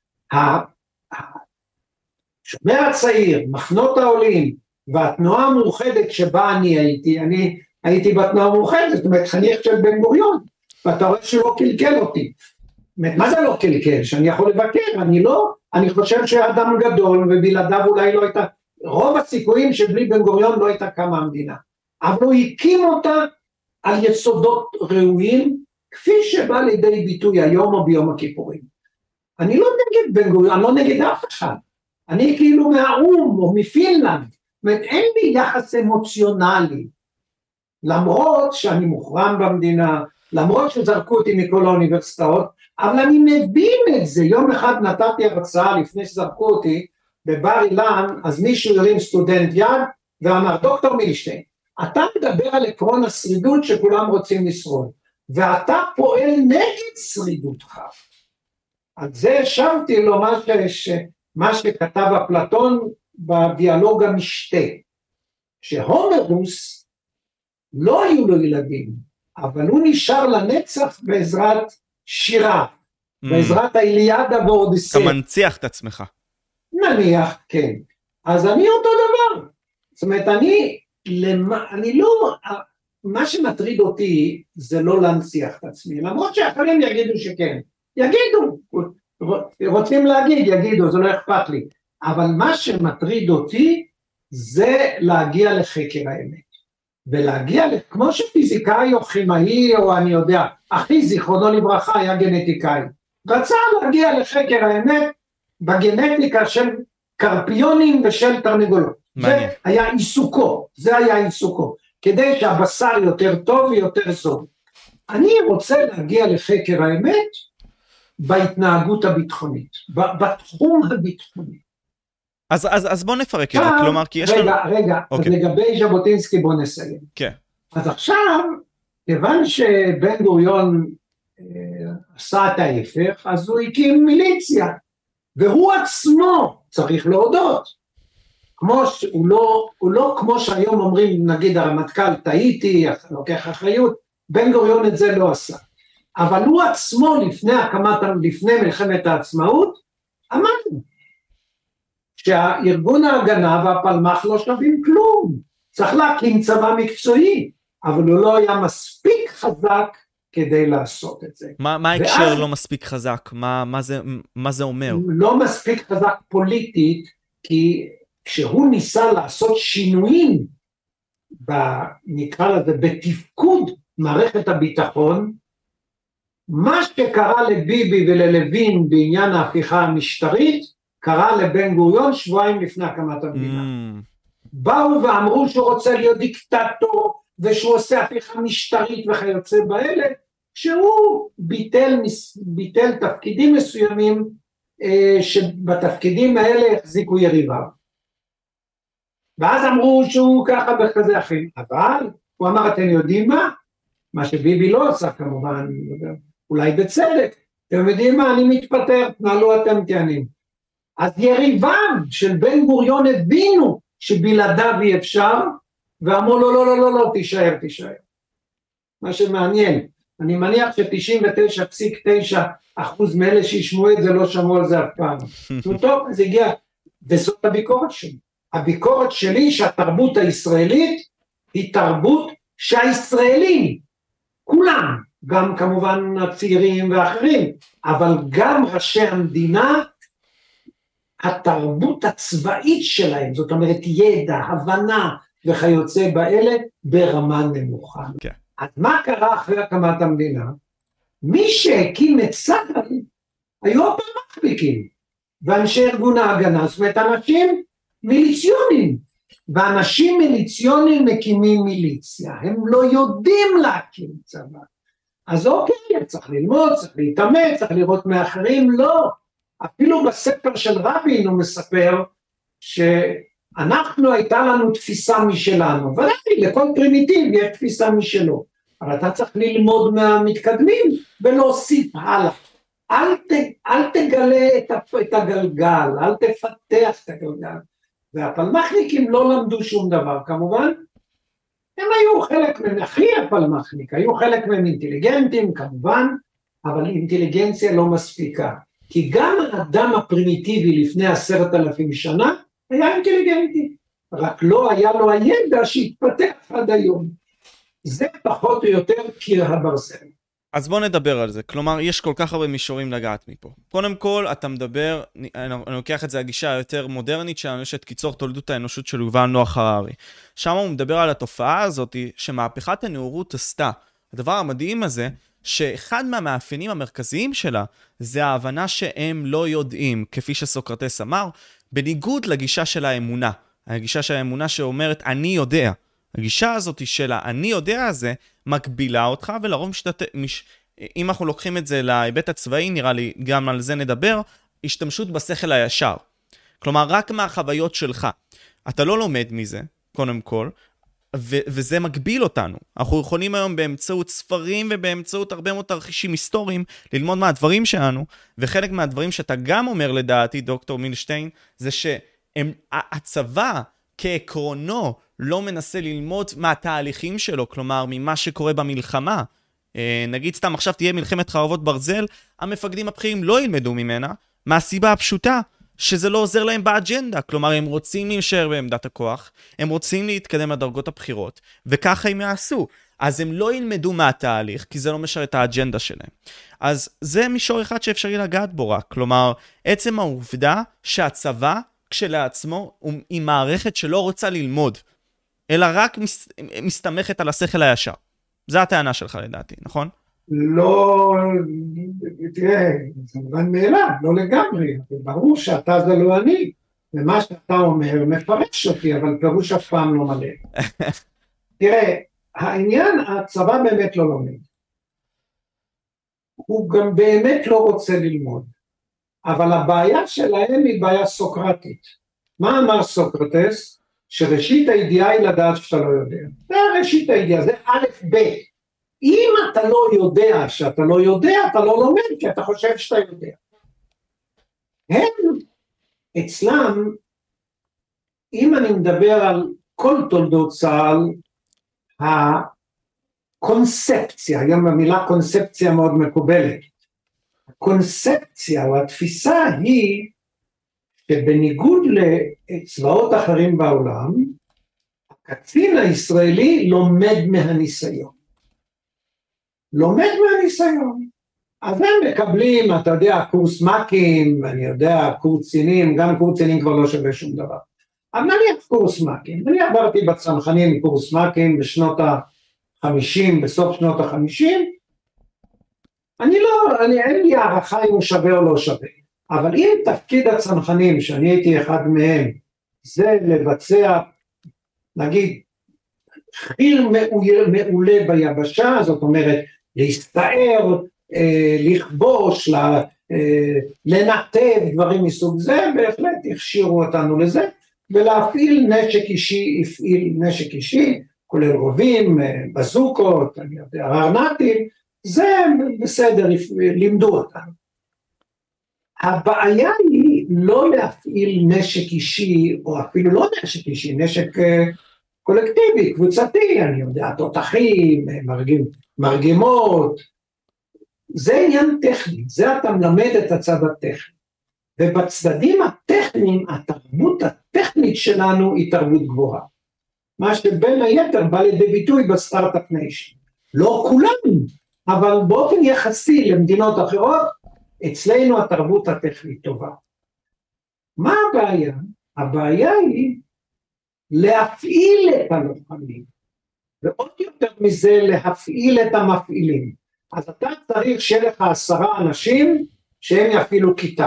השומר הצעיר, מחנות העולים, והתנועה המאוחדת שבה אני הייתי, אני הייתי בתנועה המאוחדת, זאת אומרת, חניך של בן גוריון, ואתה רואה שלא קלקל אותי. מה זה לא קלקל? שאני יכול לבקר, אני לא, אני חושב שאדם גדול, ובלעדיו אולי לא הייתה, רוב הסיכויים שבלי בן גוריון לא הייתה קמה המדינה, אבל הוא הקים אותה על יסודות ראויים, כפי שבא לידי ביטוי היום או ביום הכיפורים. אני לא נגד בן גוריון, אני לא נגד אף אחד, אני כאילו מהאום או מפינלנד, אין לי יחס אמוציונלי, למרות שאני מוחרם במדינה, למרות שזרקו אותי מכל האוניברסיטאות, אבל אני מבין את זה. יום אחד נתתי הרצאה לפני שזרקו אותי בבר אילן, אז מישהו הרים סטודנט יד ואמר, דוקטור מילשטיין, אתה מדבר על עקרון השרידות שכולם רוצים לשרוד, ואתה פועל נגד שרידותך. על זה השבתי לו מה, ש... מה שכתב אפלטון בדיאלוג המשתה, שהומרוס לא היו לו ילדים, אבל הוא נשאר לנצח בעזרת שירה, mm. בעזרת האיליאדה ואודיסאה. אתה מנציח את עצמך. נניח, כן. אז אני אותו דבר. זאת אומרת, אני, למה, אני לא, מה שמטריד אותי זה לא להנציח את עצמי, למרות שאחרים יגידו שכן. יגידו, רוצים להגיד, יגידו, זה לא אכפת לי. אבל מה שמטריד אותי זה להגיע לחקר האמת. ולהגיע, כמו שפיזיקאי או כימאי או אני יודע, אחי זיכרונו לברכה היה גנטיקאי. רצה להגיע לחקר האמת בגנטיקה של קרפיונים ושל תרנגולות. זה היה עיסוקו, זה היה עיסוקו. כדי שהבשר יותר טוב ויותר זול. אני רוצה להגיע לחקר האמת בהתנהגות הביטחונית, בתחום הביטחוני. אז, אז, אז בוא נפרק את זה, כלומר, כי יש רגע, לנו... רגע, רגע, okay. אז לגבי ז'בוטינסקי בוא נסיים. כן. Okay. אז עכשיו, כיוון שבן גוריון אה, עשה את ההפך, אז הוא הקים מיליציה, והוא עצמו צריך להודות, כמו שהוא לא, הוא לא כמו שהיום אומרים, נגיד הרמטכ"ל, טעיתי, לוקח אחריות, בן גוריון את זה לא עשה. אבל הוא עצמו לפני הקמת, לפני מלחמת העצמאות, אמרנו, שהארגון ההגנה והפלמ"ח לא שווים כלום, צריך להקים צבא מקצועי, אבל הוא לא היה מספיק חזק כדי לעשות את זה. מה, מה ההקשר ואז, לא מספיק חזק? מה, מה זה, מה זה אומר? לא מספיק חזק פוליטית, כי כשהוא ניסה לעשות שינויים, ב, נקרא לזה, בתפקוד מערכת הביטחון, מה שקרה לביבי וללוין בעניין ההפיכה המשטרית, קרה לבן גוריון שבועיים לפני הקמת המדינה. Mm. באו ואמרו שהוא רוצה להיות דיקטטור, ושהוא עושה הפיכה משטרית וכיוצא באלה, שהוא ביטל, ביטל תפקידים מסוימים, אה, שבתפקידים האלה החזיקו יריביו. ואז אמרו שהוא ככה בכזה אחים, אבל הוא אמר, אתם יודעים מה? מה שביבי לא עושה כמובן, אולי בצדק, אתם יודעים מה? אני מתפטר, נעלו אתם תענים. אז יריבם של בן גוריון הבינו שבלעדיו אי אפשר, ואמרו לו לא, לא, לא, לא, תישאר, תישאר. מה שמעניין, אני מניח ש-תשעים ותשע נקודה תשע אחוז מאלה שישמעו את זה לא שמעו על זה אף פעם. טוב, זה הגיע, וזאת הביקורת שלי. הביקורת שלי שהתרבות הישראלית היא תרבות שהישראלים, כולם, גם כמובן הצעירים ואחרים, אבל גם ראשי המדינה, התרבות הצבאית שלהם, זאת אומרת ידע, הבנה וכיוצא באלה, ברמה נמוכה. Okay. אז מה קרה אחרי הקמת המדינה? מי שהקים את צה"ל, היו הפלמ"חניקים, ואנשי ארגון ההגנה, זאת אומרת אנשים מיליציונים, ואנשים מיליציונים מקימים מיליציה, הם לא יודעים להקים צבא. אז אוקיי, צריך ללמוד, צריך להתאמץ, צריך לראות מאחרים, לא. אפילו בספר של רבין הוא מספר שאנחנו הייתה לנו תפיסה משלנו, ודאי לכל פרימיטיב יש תפיסה משלו, אבל אתה צריך ללמוד מהמתקדמים ולהוסיף הלאה. אל, ת, אל תגלה את, את הגלגל, אל תפתח את הגלגל. והפלמ"חניקים לא למדו שום דבר כמובן, הם היו חלק מהם, הכי הפלמ"חניק, היו חלק מהם אינטליגנטים כמובן, אבל אינטליגנציה לא מספיקה. כי גם האדם הפרימיטיבי לפני עשרת אלפים שנה היה אינטליגנטי, רק לא היה לו הידע שהתפתח עד היום. זה פחות או יותר קיר הברזל. אז בוא נדבר על זה, כלומר יש כל כך הרבה מישורים לגעת מפה. קודם כל אתה מדבר, אני, אני לוקח את זה הגישה היותר מודרנית שלנו, יש את קיצור תולדות האנושות של יובל נוח הררי. שם הוא מדבר על התופעה הזאת שמהפכת הנאורות עשתה. הדבר המדהים הזה, שאחד מהמאפיינים המרכזיים שלה, זה ההבנה שהם לא יודעים, כפי שסוקרטס אמר, בניגוד לגישה של האמונה. הגישה של האמונה שאומרת, אני יודע. הגישה הזאת של אני יודע הזה, מקבילה אותך, ולרוב משתת... מש... אם אנחנו לוקחים את זה להיבט הצבאי, נראה לי, גם על זה נדבר, השתמשות בשכל הישר. כלומר, רק מהחוויות שלך. אתה לא לומד מזה, קודם כל, ו- וזה מגביל אותנו. אנחנו יכולים היום באמצעות ספרים ובאמצעות הרבה מאוד תרחישים היסטוריים ללמוד מהדברים שלנו, וחלק מהדברים שאתה גם אומר לדעתי, דוקטור מילשטיין, זה שהצבא כעקרונו לא מנסה ללמוד מהתהליכים שלו, כלומר, ממה שקורה במלחמה. נגיד סתם, עכשיו תהיה מלחמת חרבות ברזל, המפקדים הבכירים לא ילמדו ממנה, מהסיבה הפשוטה, שזה לא עוזר להם באג'נדה, כלומר, הם רוצים להישאר בעמדת הכוח, הם רוצים להתקדם לדרגות הבחירות, וככה הם יעשו. אז הם לא ילמדו מהתהליך, כי זה לא משרת את האג'נדה שלהם. אז זה מישור אחד שאפשרי לגעת בו רק, כלומר, עצם העובדה שהצבא, כשלעצמו, היא מערכת שלא רוצה ללמוד, אלא רק מס, מסתמכת על השכל הישר. זו הטענה שלך לדעתי, נכון? לא, תראה, זה מובן מאליו, לא לגמרי, ברור שאתה זה לא אני, ומה שאתה אומר מפרש אותי, אבל פירוש אף פעם לא מלא. תראה, העניין, הצבא באמת לא לומד. הוא גם באמת לא רוצה ללמוד, אבל הבעיה שלהם היא בעיה סוקרטית. מה אמר סוקרטס? שראשית הידיעה היא לדעת שאתה לא יודע. זה ראשית הידיעה, זה א' ב'. אם אתה לא יודע שאתה לא יודע, אתה לא לומד, כי אתה חושב שאתה יודע. הם, אצלם, אם אני מדבר על כל תולדות צה"ל, הקונספציה, היום המילה קונספציה מאוד מקובלת, הקונספציה או התפיסה היא, שבניגוד לצבאות אחרים בעולם, הקצין הישראלי לומד מהניסיון. לומד מהניסיון. אז הם מקבלים, אתה יודע, קורס מקים, אני יודע, קורס צינים, גם קורס צינים כבר לא שווה שום דבר. אבל נניח קורס מקים, אני עברתי בצנחנים קורס מקים בשנות ה-חמישים, בסוף שנות ה-חמישים, אני לא, אני, אין לי הערכה אם הוא שווה או לא שווה. אבל אם תפקיד הצנחנים, שאני הייתי אחד מהם, זה לבצע, נגיד, חיל מעולה ביבשה, זאת אומרת, להסתער, אה, לכבוש, לה, אה, לנתב דברים מסוג זה, בהחלט הכשירו אותנו לזה, ולהפעיל נשק אישי, הפעיל נשק אישי, כולל רובים, בזוקות, אני יודע, רענתים, זה בסדר, לימדו אותנו. הבעיה היא לא להפעיל נשק אישי, או אפילו לא נשק אישי, נשק קולקטיבי, קבוצתי, אני יודע, תותחים, מרגימ, מרגימות, זה עניין טכני, זה אתה מלמד את הצד הטכני, ובצדדים הטכניים, התרבות הטכנית שלנו היא תרבות גבוהה, מה שבין היתר בא לידי ביטוי בסטארט-אפ ניישן, לא כולם, אבל באופן יחסי למדינות אחרות, אצלנו התרבות הטכנית טובה. מה הבעיה? הבעיה היא להפעיל את הלוחמים, ועוד יותר מזה להפעיל את המפעילים. אז אתה צריך שיהיה לך עשרה אנשים שהם יפעילו כיתה.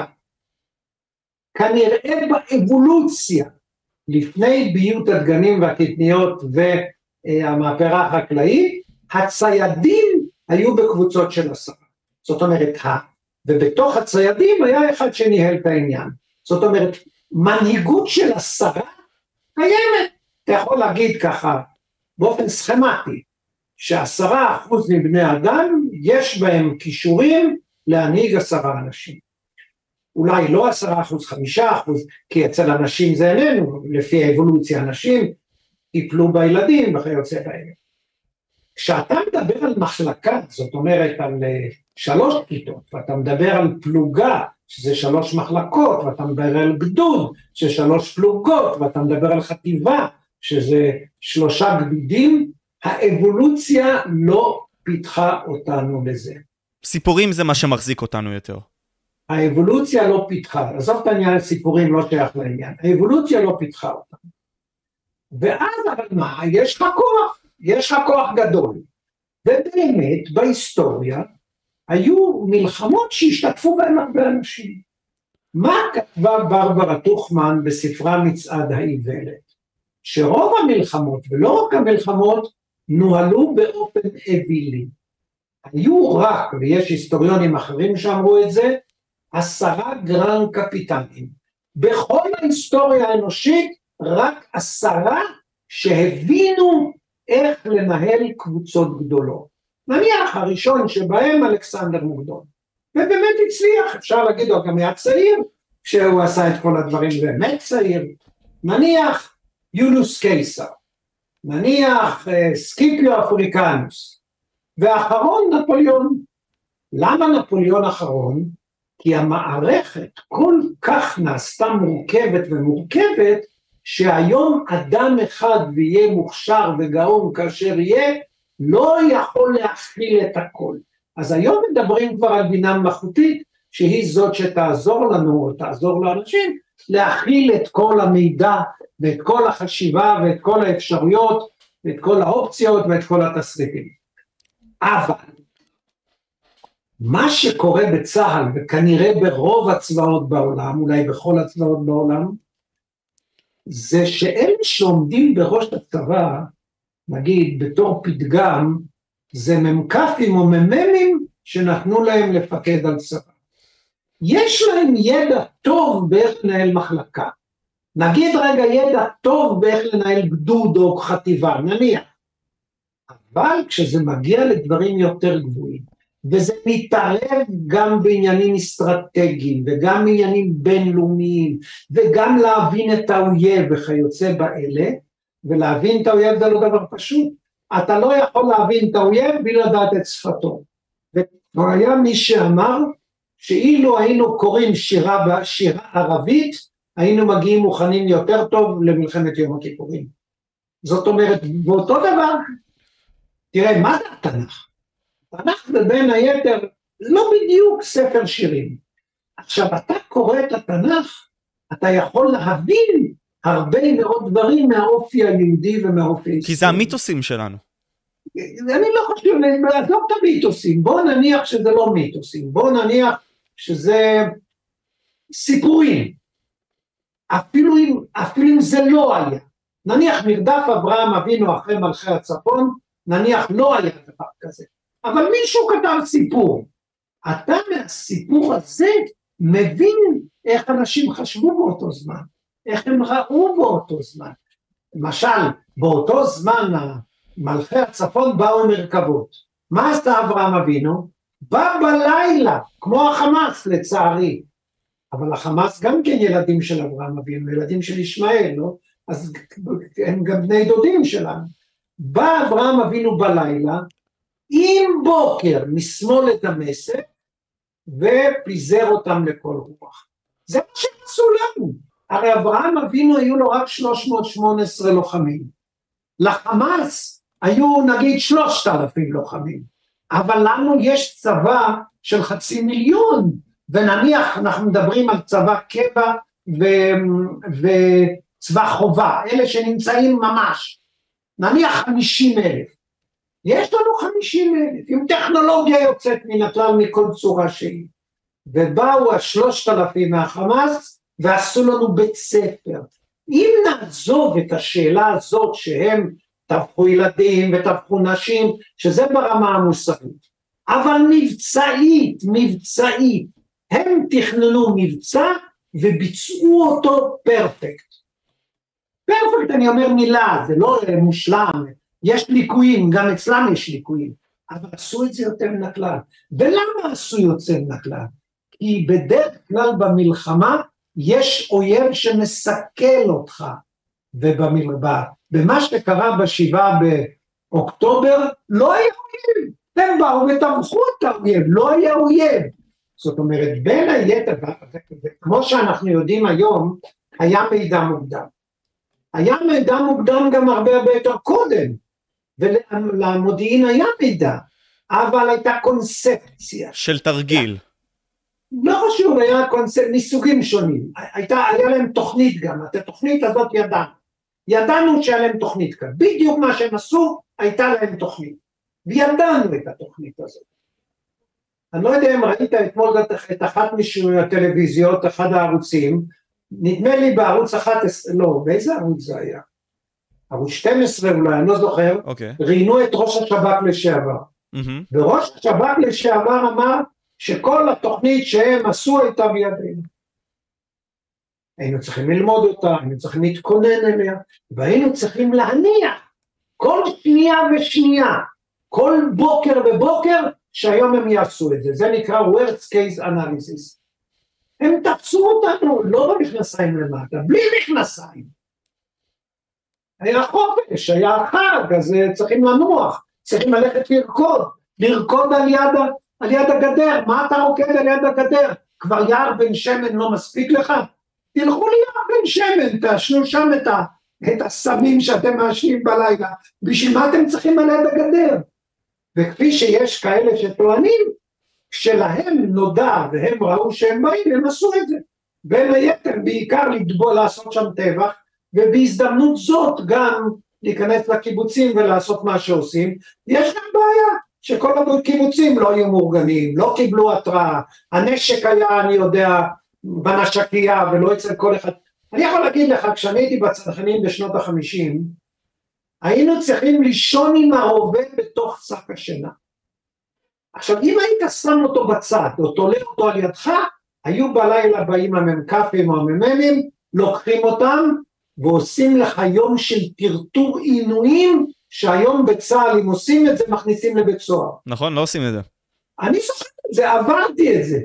כנראה באבולוציה, לפני ביות הדגנים והקטניות והמהפכה החקלאית, הציידים היו בקבוצות של עשרה. זאת אומרת, ובתוך הציידים היה אחד שניהל את העניין. זאת אומרת, מנהיגות של עשרה קיימת. אתה יכול להגיד ככה, באופן סכמטי, שעשרה אחוז מבני אדם, יש בהם כישורים להנהיג עשרה אנשים. אולי לא עשרה אחוז, חמישה אחוז, כי אצל אנשים זה איננו, לפי האבולוציה, אנשים טיפלו בילדים וכיוצא בהם. כשאתה מדבר על מחלקה, זאת אומרת על שלוש כיתות, ואתה מדבר על פלוגה, שזה שלוש מחלקות, ואתה מדבר על גדוד, שזה שלוש פלוגות, ואתה מדבר על חטיבה, שזה שלושה גדודים, האבולוציה לא פיתחה אותנו לזה. סיפורים זה מה שמחזיק אותנו יותר. האבולוציה לא פיתחה, עזוב את העניין סיפורים לא שייך לעניין, האבולוציה לא פיתחה אותנו. ואז אבל מה, יש לך כוח, יש לך כוח גדול, ובאמת בהיסטוריה היו מלחמות שהשתתפו בהן הרבה אנשים. מה כתבה ברברה טוכמן בספרה מצעד האיוולת? שרוב המלחמות, ולא רק המלחמות, נוהלו באופן אווילי. היו רק, ויש היסטוריונים אחרים שאמרו את זה, עשרה גרן קפיטנים. בכל ההיסטוריה האנושית, רק עשרה שהבינו איך לנהל קבוצות גדולות. נניח הראשון שבהם אלכסנדר מוקדון. ובאמת הצליח, אפשר להגיד, הוא גם היה צעיר, כשהוא עשה את כל הדברים באמת צעיר. נניח יוליוס קיסר, נניח סקיפיו אפריקנוס, ואחרון נפוליאון. למה נפוליאון אחרון? כי המערכת כל כך נעשתה מורכבת ומורכבת, שהיום אדם אחד ויהיה מוכשר וגאון כאשר יהיה, לא יכול להכיל את הכל. אז היום מדברים כבר על בינה מלאכותית, שהיא זאת שתעזור לנו, או תעזור לאנשים, להכיל את כל המידע, ואת כל החשיבה, ואת כל האפשרויות, ואת כל האופציות, ואת כל התסריטים. אבל, מה שקורה בצה"ל, וכנראה ברוב הצבאות בעולם, אולי בכל הצבאות בעולם, זה שאלה שעומדים בראש הצבא, נגיד בתור פתגם, זה ממקפים או מממים שנתנו להם לפקד על צבא. יש להם ידע טוב באיך לנהל מחלקה. נגיד רגע ידע טוב באיך לנהל גדוד או חטיבה, נניח. אבל כשזה מגיע לדברים יותר גבוהים, וזה מתערב גם בעניינים אסטרטגיים, וגם בעניינים בינלאומיים, וגם להבין את האויב וכיוצא באלה, ולהבין את האויב זה לא דבר פשוט. אתה לא יכול להבין את האויב בלי לדעת את שפתו. והיה מי שאמר, שאילו היינו קוראים שירה, שירה ערבית, היינו מגיעים מוכנים יותר טוב למלחמת יום הכיפורים. זאת אומרת, באותו דבר, תראה, מה זה התנ"ך? התנ"ך זה בין היתר לא בדיוק ספר שירים. עכשיו, אתה קורא את התנ"ך, אתה יכול להבין הרבה מאוד דברים מהאופי היהודי ומהאופי הישראלי. כי זה המיתוסים שלנו. אני לא חושב, לא את המיתוסים, בוא נניח שזה לא מיתוסים, בוא נניח שזה סיפורים, אפילו אם, אפילו אם זה לא היה, נניח מרדף אברהם אבינו אחרי מלכי הצפון, נניח לא היה דבר כזה, אבל מישהו כתב סיפור, אתה מהסיפור הזה מבין איך אנשים חשבו באותו זמן, איך הם ראו באותו זמן, למשל באותו זמן מלכי הצפון באו מרכבות, מה עשתה אברהם אבינו? בא בלילה, כמו החמאס לצערי, אבל החמאס גם כן ילדים של אברהם אבינו, ילדים של ישמעאל, לא? אז הם גם בני דודים שלנו. בא אברהם אבינו בלילה, עם בוקר משמאל את דמשק, ופיזר אותם לכל רוח. זה מה שעשו לנו. הרי אברהם אבינו היו לו רק שלוש מאות שמונה עשרה לוחמים. לחמאס היו נגיד שלושת אלפים לוחמים. אבל לנו יש צבא של חצי מיליון, ונניח אנחנו מדברים על צבא קבע וצבא חובה, אלה שנמצאים ממש, נניח חמישים אלף, יש לנו חמישים אלף, עם טכנולוגיה יוצאת מן הכלל מכל צורה שהיא, ובאו השלושת אלפים מהחמאס, ועשו לנו בית ספר. אם נעזוב את השאלה הזאת שהם טבחו ילדים וטבחו נשים, שזה ברמה המוסרית, אבל מבצעית, מבצעית, הם תכננו מבצע וביצעו אותו פרפקט. פרפקט אני אומר מילה, זה לא מושלם, יש ליקויים, גם אצלם יש ליקויים, אבל עשו את זה יותר מן הכלל. ולמה עשו יוצא מן הכלל? כי בדרך כלל במלחמה יש אויב שמסכל אותך, ובמלחמה, במה שקרה בשבעה באוקטובר, לא היה אויב, הם באו וטבחו את האויב, לא היה אויב. זאת אומרת, בין היתר, כמו שאנחנו יודעים היום, היה מידע מוקדם. היה מידע מוקדם גם הרבה הרבה יותר קודם, ולמודיעין היה מידע, אבל הייתה קונספציה. של תרגיל. לא חשוב, היה קונספציה, מסוגים שונים. הייתה, היה להם תוכנית גם, את התוכנית הזאת ידענו. ידענו שהיה להם תוכנית כאן. בדיוק מה שהם עשו, הייתה להם תוכנית. וידענו את התוכנית הזאת. אני לא יודע אם ראית אתמול את אחת מהטלוויזיות, אחד הערוצים, נדמה לי בערוץ אחת עשרה, לא, באיזה ערוץ זה היה? ערוץ שתים עשרה אולי, אני לא זוכר, okay. ראינו את ראש השב"כ לשעבר. Mm-hmm. וראש השב"כ לשעבר אמר שכל התוכנית שהם עשו הייתה בידינו. היינו צריכים ללמוד אותה, היינו צריכים להתכונן אליה, והיינו צריכים להניח כל שנייה ושנייה, כל בוקר ובוקר, שהיום הם יעשו את זה, זה נקרא worst case analysis. הם תפסו אותנו, לא במכנסיים למטה, בלי מכנסיים. היה חופש, היה חג, אז צריכים לנוח, צריכים ללכת לרקוד, לרקוד על יד, על יד הגדר, מה אתה רוקד על יד הגדר? כבר יער בן שמן לא מספיק לך? תלכו ליער בן שמן, תעשנו שם את, ה, את הסמים שאתם מעשנים בלילה, בשביל מה אתם צריכים על יד הגדר? וכפי שיש כאלה שטוענים, כשלהם נודע והם ראו שהם באים, הם עשו את זה. בין היתר בעיקר לדבול, לעשות שם טבח, ובהזדמנות זאת גם להיכנס לקיבוצים ולעשות מה שעושים. יש גם בעיה שכל הקיבוצים לא היו מאורגנים, לא קיבלו התראה, הנשק היה, אני יודע, בנשקייה ולא אצל כל אחד. אני יכול להגיד לך, כשאני הייתי בצנחנים בשנות החמישים, היינו צריכים לישון עם הרובה בתוך שק השינה. עכשיו, אם היית שם אותו בצד, או תולה אותו על ידך, היו בלילה באים הממקפים או הממנים, לוקחים אותם, ועושים לך יום של טרטור עינויים, שהיום בצה"ל, אם עושים את זה, מכניסים לבית סוהר. נכון, לא עושים את זה. אני זוכר את זה, עברתי את זה.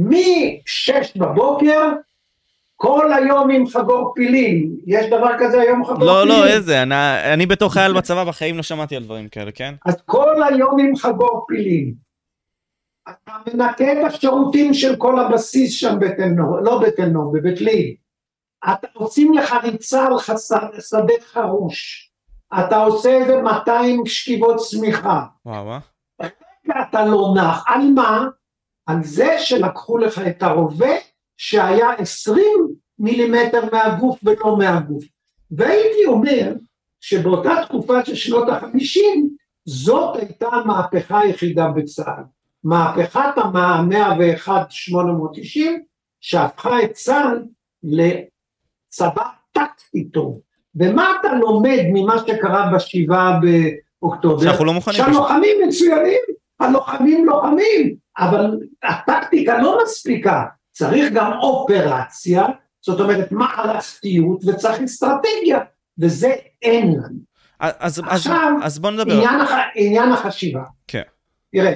משש בבוקר, כל היום עם חגור פילים. יש דבר כזה היום חגור לא, פילים? לא, איזה, אני, אני בתור חייל בצבא בחיים לא שמעתי על דברים כאלה, כן? אז כל היום עם חגור פילים. אתה מנקה את השירותים של כל הבסיס שם בתל נור, לא בתל נור, בבית ליד. אתה עושים לך ריצה על שדה חרוש. אתה עושה איזה מאתיים שכיבות צמיחה. וואו, וואו. אתה לא נח. על מה? על זה שלקחו לך את הרובה, שהיה עשרים מילימטר מהגוף ולא מהגוף. והייתי אומר, שבאותה תקופה של שנות החמישים, זאת הייתה המהפכה היחידה בצה"ל. מהפכת המאה ואחת שמונה מאות תשעים, שהפכה את צה"ל לצבא טקטי טוב. ומה אתה לומד ממה שקרה בשבעה באוקטובר? שאנחנו לא מוכנים. שהלוחמים מצוינים, הלוחמים לוחמים, אבל הטקטיקה לא מספיקה, צריך גם אופרציה, זאת אומרת מערכתיות וצריך אסטרטגיה, וזה אין לנו. אז, עכשיו, אז, אז בוא נדבר. עניין, הח... עניין החשיבה. כן. תראה,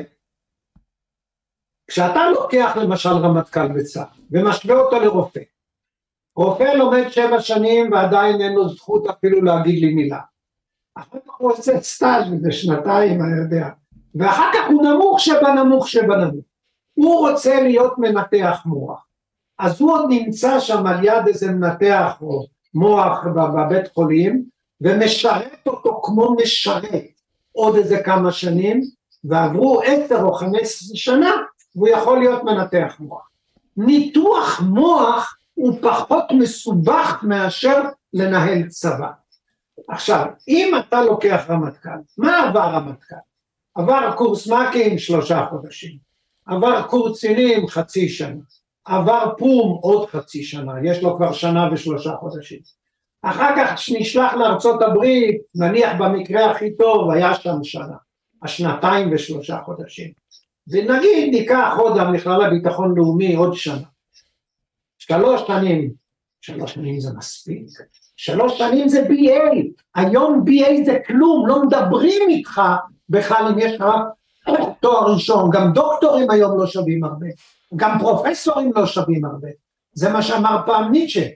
כשאתה לוקח למשל רמטכ"ל בצה"ל, ומשווה אותו לרופא, רופא לומד שבע שנים ועדיין אין לו זכות אפילו להגיד לי מילה. אחר כך הוא עושה סטאז' וזה שנתיים, אני יודע. ואחר כך הוא נמוך שבנמוך שבנמוך. הוא רוצה להיות מנתח מוח. אז הוא עוד נמצא שם על יד איזה מנתח או מוח בבית חולים, ומשרת אותו כמו משרת עוד איזה כמה שנים, ועברו עשר או חמש עשרה שנה, והוא יכול להיות מנתח מוח. ניתוח מוח הוא פחות מסובך מאשר לנהל צבא. עכשיו, אם אתה לוקח רמטכ"ל, מה עבר רמטכ"ל? עבר קורס מ"כים שלושה חודשים, עבר קורס קצינים חצי שנה, עבר פום עוד חצי שנה, יש לו כבר שנה ושלושה חודשים. אחר כך שנשלח לארצות הברית, נניח במקרה הכי טוב, היה שם שנה, השנתיים ושלושה חודשים. ונגיד ניקח עוד המכללה לביטחון לאומי עוד שנה. שלוש שנים, שלוש שנים זה מספיק, שלוש שנים זה בי איי, היום בי איי זה כלום, לא מדברים איתך בכלל אם יש לך תואר ראשון, גם דוקטורים היום לא שווים הרבה, גם פרופסורים לא שווים הרבה, זה מה שאמר פעם ניטשה,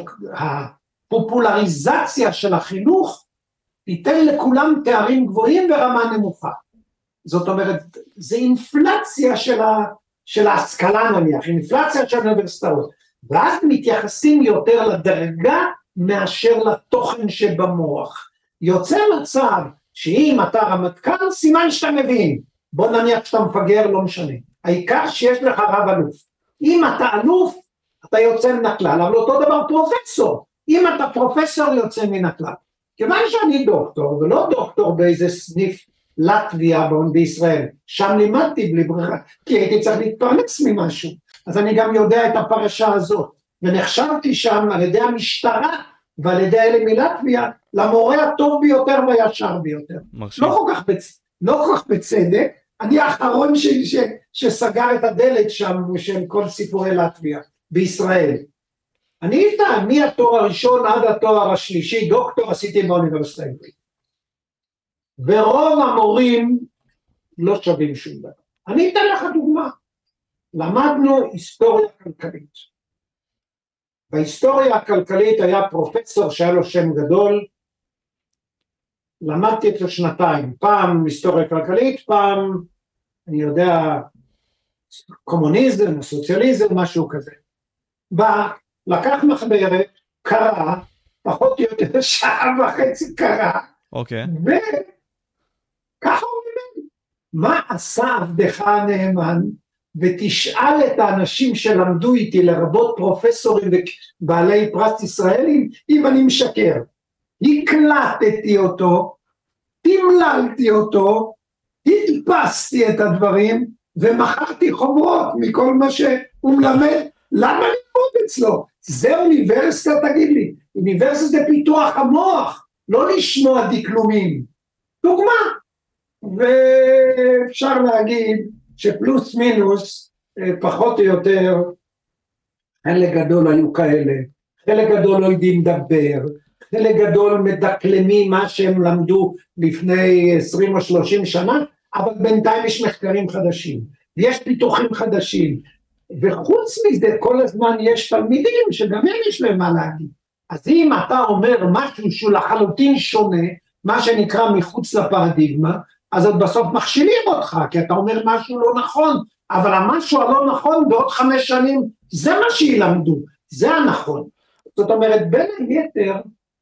שהפופולריזציה של החינוך תיתן לכולם תארים גבוהים ורמה נמוכה, זאת אומרת, זה אינפלציה של, ה, של ההשכלה נניח, אינפלציה של האוניברסיטאות, ואז מתייחסים יותר לדרגה מאשר לתוכן שבמוח. יוצא מצב שאם אתה רמטכ"ל, סימן שאתה מבין, בוא נניח שאתה מפגר, לא משנה, העיקר שיש לך רב אלוף. אם אתה אלוף, אתה יוצא מן הכלל, אבל אותו דבר פרופסור, אם אתה פרופסור יוצא מן הכלל. כיוון שאני דוקטור, ולא דוקטור באיזה סניף לטביה בישראל, שם לימדתי בלי ברירה, כי הייתי צריך להתפרנס ממשהו, אז אני גם יודע את הפרשה הזאת, ונחשבתי שם על ידי המשטרה, ועל ידי אלה מלטביה, למורה הטוב ביותר והישר ביותר. לא כל כך, בצ... לא כל כך בצדק, אני האחרון ש... ש... שסגר את הדלת שם, של כל סיפורי לטביה, בישראל. אני איתה, מהתואר הראשון עד התואר השלישי, דוקטור עשיתי באוניברסיטה העברית. ורוב המורים לא שווים שום דבר. אני אתן לך דוגמה. למדנו היסטוריה כלכלית. בהיסטוריה הכלכלית היה פרופסור שהיה לו שם גדול, למדתי את השנתיים, פעם היסטוריה כלכלית, פעם, אני יודע, קומוניזם, סוציאליזם, משהו כזה. בא, לקח מחברת, קרא, פחות או יותר שעה וחצי קרא, אוקיי. וככה הוא אומר, מה עשה עבדך הנאמן, ותשאל את האנשים שלמדו איתי, לרבות פרופסורים ובעלי פרס ישראלים, אם אני משקר. הקלטתי אותו, תמללתי אותו, הדפסתי את הדברים, ומכרתי חוברות מכל מה שהוא מלמד, למה ללמוד אצלו? זה אוניברסיטה, תגיד לי, אוניברסיטה זה פיתוח המוח, לא לשמוע דקלומים. דוגמה, ואפשר להגיד שפלוס מינוס, פחות או יותר, חלק גדול היו כאלה, חלק גדול לא יודעים לדבר, חלק גדול מדקלמים מה שהם למדו לפני עשרים או שלושים שנה, אבל בינתיים יש מחקרים חדשים, יש פיתוחים חדשים, וחוץ מזה כל הזמן יש תלמידים שגם הם יש להם מה להגיד. אז אם אתה אומר משהו שהוא לחלוטין שונה, מה שנקרא מחוץ לפרדיגמה, אז עוד בסוף מכשילים אותך, כי אתה אומר משהו לא נכון, אבל המשהו הלא נכון בעוד חמש שנים, זה מה שילמדו, זה הנכון. זאת אומרת, בין היתר,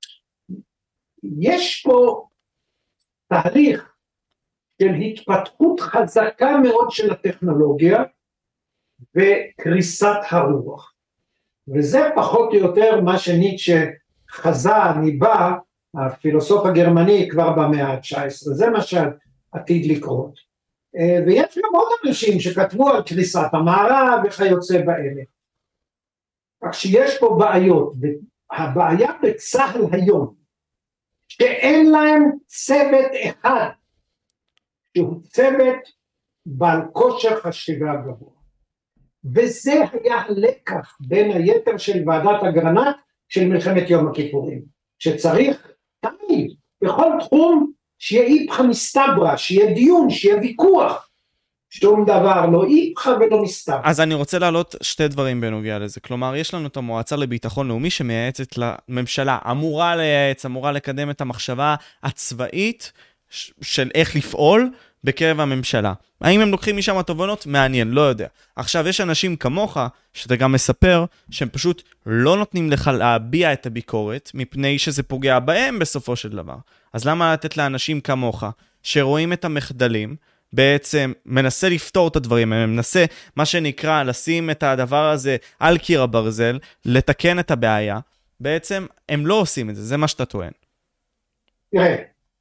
יש פה תהליך של התפתחות חזקה מאוד של הטכנולוגיה, וקריסת הרוח. וזה פחות או יותר מה שניטשה חזה, ניבא, הפילוסוף הגרמני כבר במאה ה-תשע עשרה, זה מה שעתיד לקרות. ויש גם עוד אנשים שכתבו על קריסת המערב וכיוצא באלה. רק שיש פה בעיות, והבעיה בצה"ל היום, שאין להם צוות אחד, שהוא צוות בעל כושר חשיבה גבוה. וזה היה הלקח בין היתר של ועדת אגרנט של מלחמת יום הכיפורים, שצריך תמיד, בכל תחום, שיהיה איפכא מסתברא, שיהיה דיון, שיהיה ויכוח, שום דבר, לא איפכא ולא מסתברא. אז אני רוצה להעלות שתי דברים בנוגע לזה, כלומר, יש לנו את המועצה לביטחון לאומי שמייעצת לממשלה, אמורה לייעץ, אמורה לקדם את המחשבה הצבאית של איך לפעול בקרב הממשלה. האם הם לוקחים משם התובנות? מעניין, לא יודע. עכשיו, יש אנשים כמוך, שאתה גם מספר, שהם פשוט לא נותנים לך להביע את הביקורת, מפני שזה פוגע בהם בסופו של דבר. אז למה לתת לאנשים כמוך, שרואים את המחדלים, בעצם מנסה לפתור את הדברים, הם מנסה, מה שנקרא, לשים את הדבר הזה על קיר הברזל, לתקן את הבעיה, בעצם הם לא עושים את זה, זה מה שאתה טוען. תראה,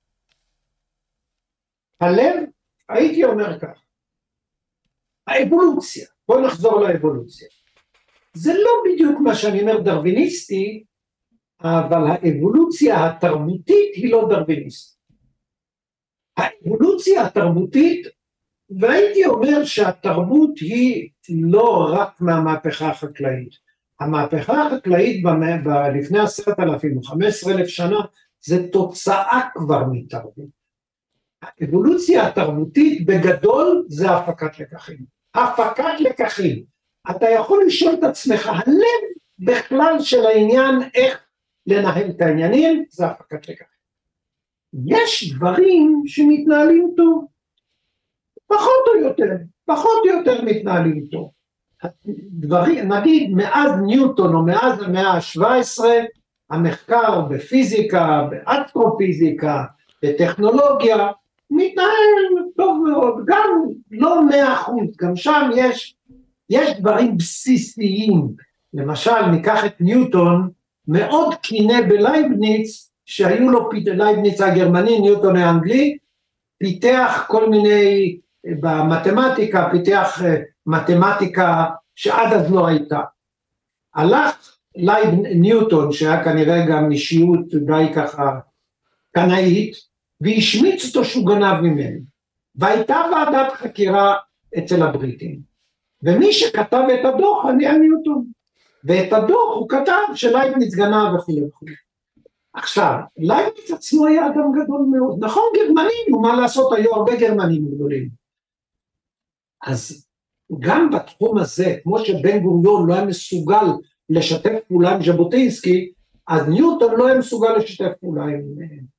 הלב, הייתי אומר כך, האבולוציה, בוא נחזור לאבולוציה, זה לא בדיוק מה שאני אומר דרוויניסטי, אבל האבולוציה התרבותית היא לא דרוויניסטית. האבולוציה התרבותית, והייתי אומר שהתרבות היא לא רק מהמהפכה החקלאית, המהפכה החקלאית ב- ב- לפני עשרת אלפים או חמש עשרה אלף שנה, זה תוצאה כבר מתרבות. האבולוציה התרבותית בגדול זה הפקת לקחים. הפקת לקחים. אתה יכול לשאול את עצמך, הלב בכלל של העניין איך לנהל את העניינים, זה הפקת לקחים. יש דברים שמתנהלים טוב, פחות או יותר, פחות או יותר מתנהלים טוב. דברים, נגיד מאז ניוטון או מאז המאה ה-שבע עשרה, המחקר בפיזיקה, באסטרופיזיקה, בטכנולוגיה, מתנהל טוב מאוד, גם לא מאה אחוז, גם שם יש, יש דברים בסיסיים, למשל ניקח את ניוטון, מאוד קינא בלייבניץ, שהיו לו, לייבניץ הגרמני, ניוטון האנגלי, פיתח כל מיני, במתמטיקה, פיתח מתמטיקה שעד אז לא הייתה. הלך לייב ניוטון, שהיה כנראה גם אישיות די ככה קנאית, והשמיץ אותו שהוא גנב ממנו, והייתה ועדת חקירה אצל הבריטים, ומי שכתב את הדוח היה ניוטון, ואת הדוח הוא כתב שלייבניץ גנב וכו' וכו'. עכשיו, לייבניץ עצמו היה אדם גדול מאוד, נכון גרמנים, ומה לעשות, היו הרבה גרמנים גדולים. אז גם בתחום הזה, כמו שבן גוריון לא היה מסוגל לשתף פעולה עם ז'בוטינסקי, אז ניוטון לא היה מסוגל לשתף פעולה עם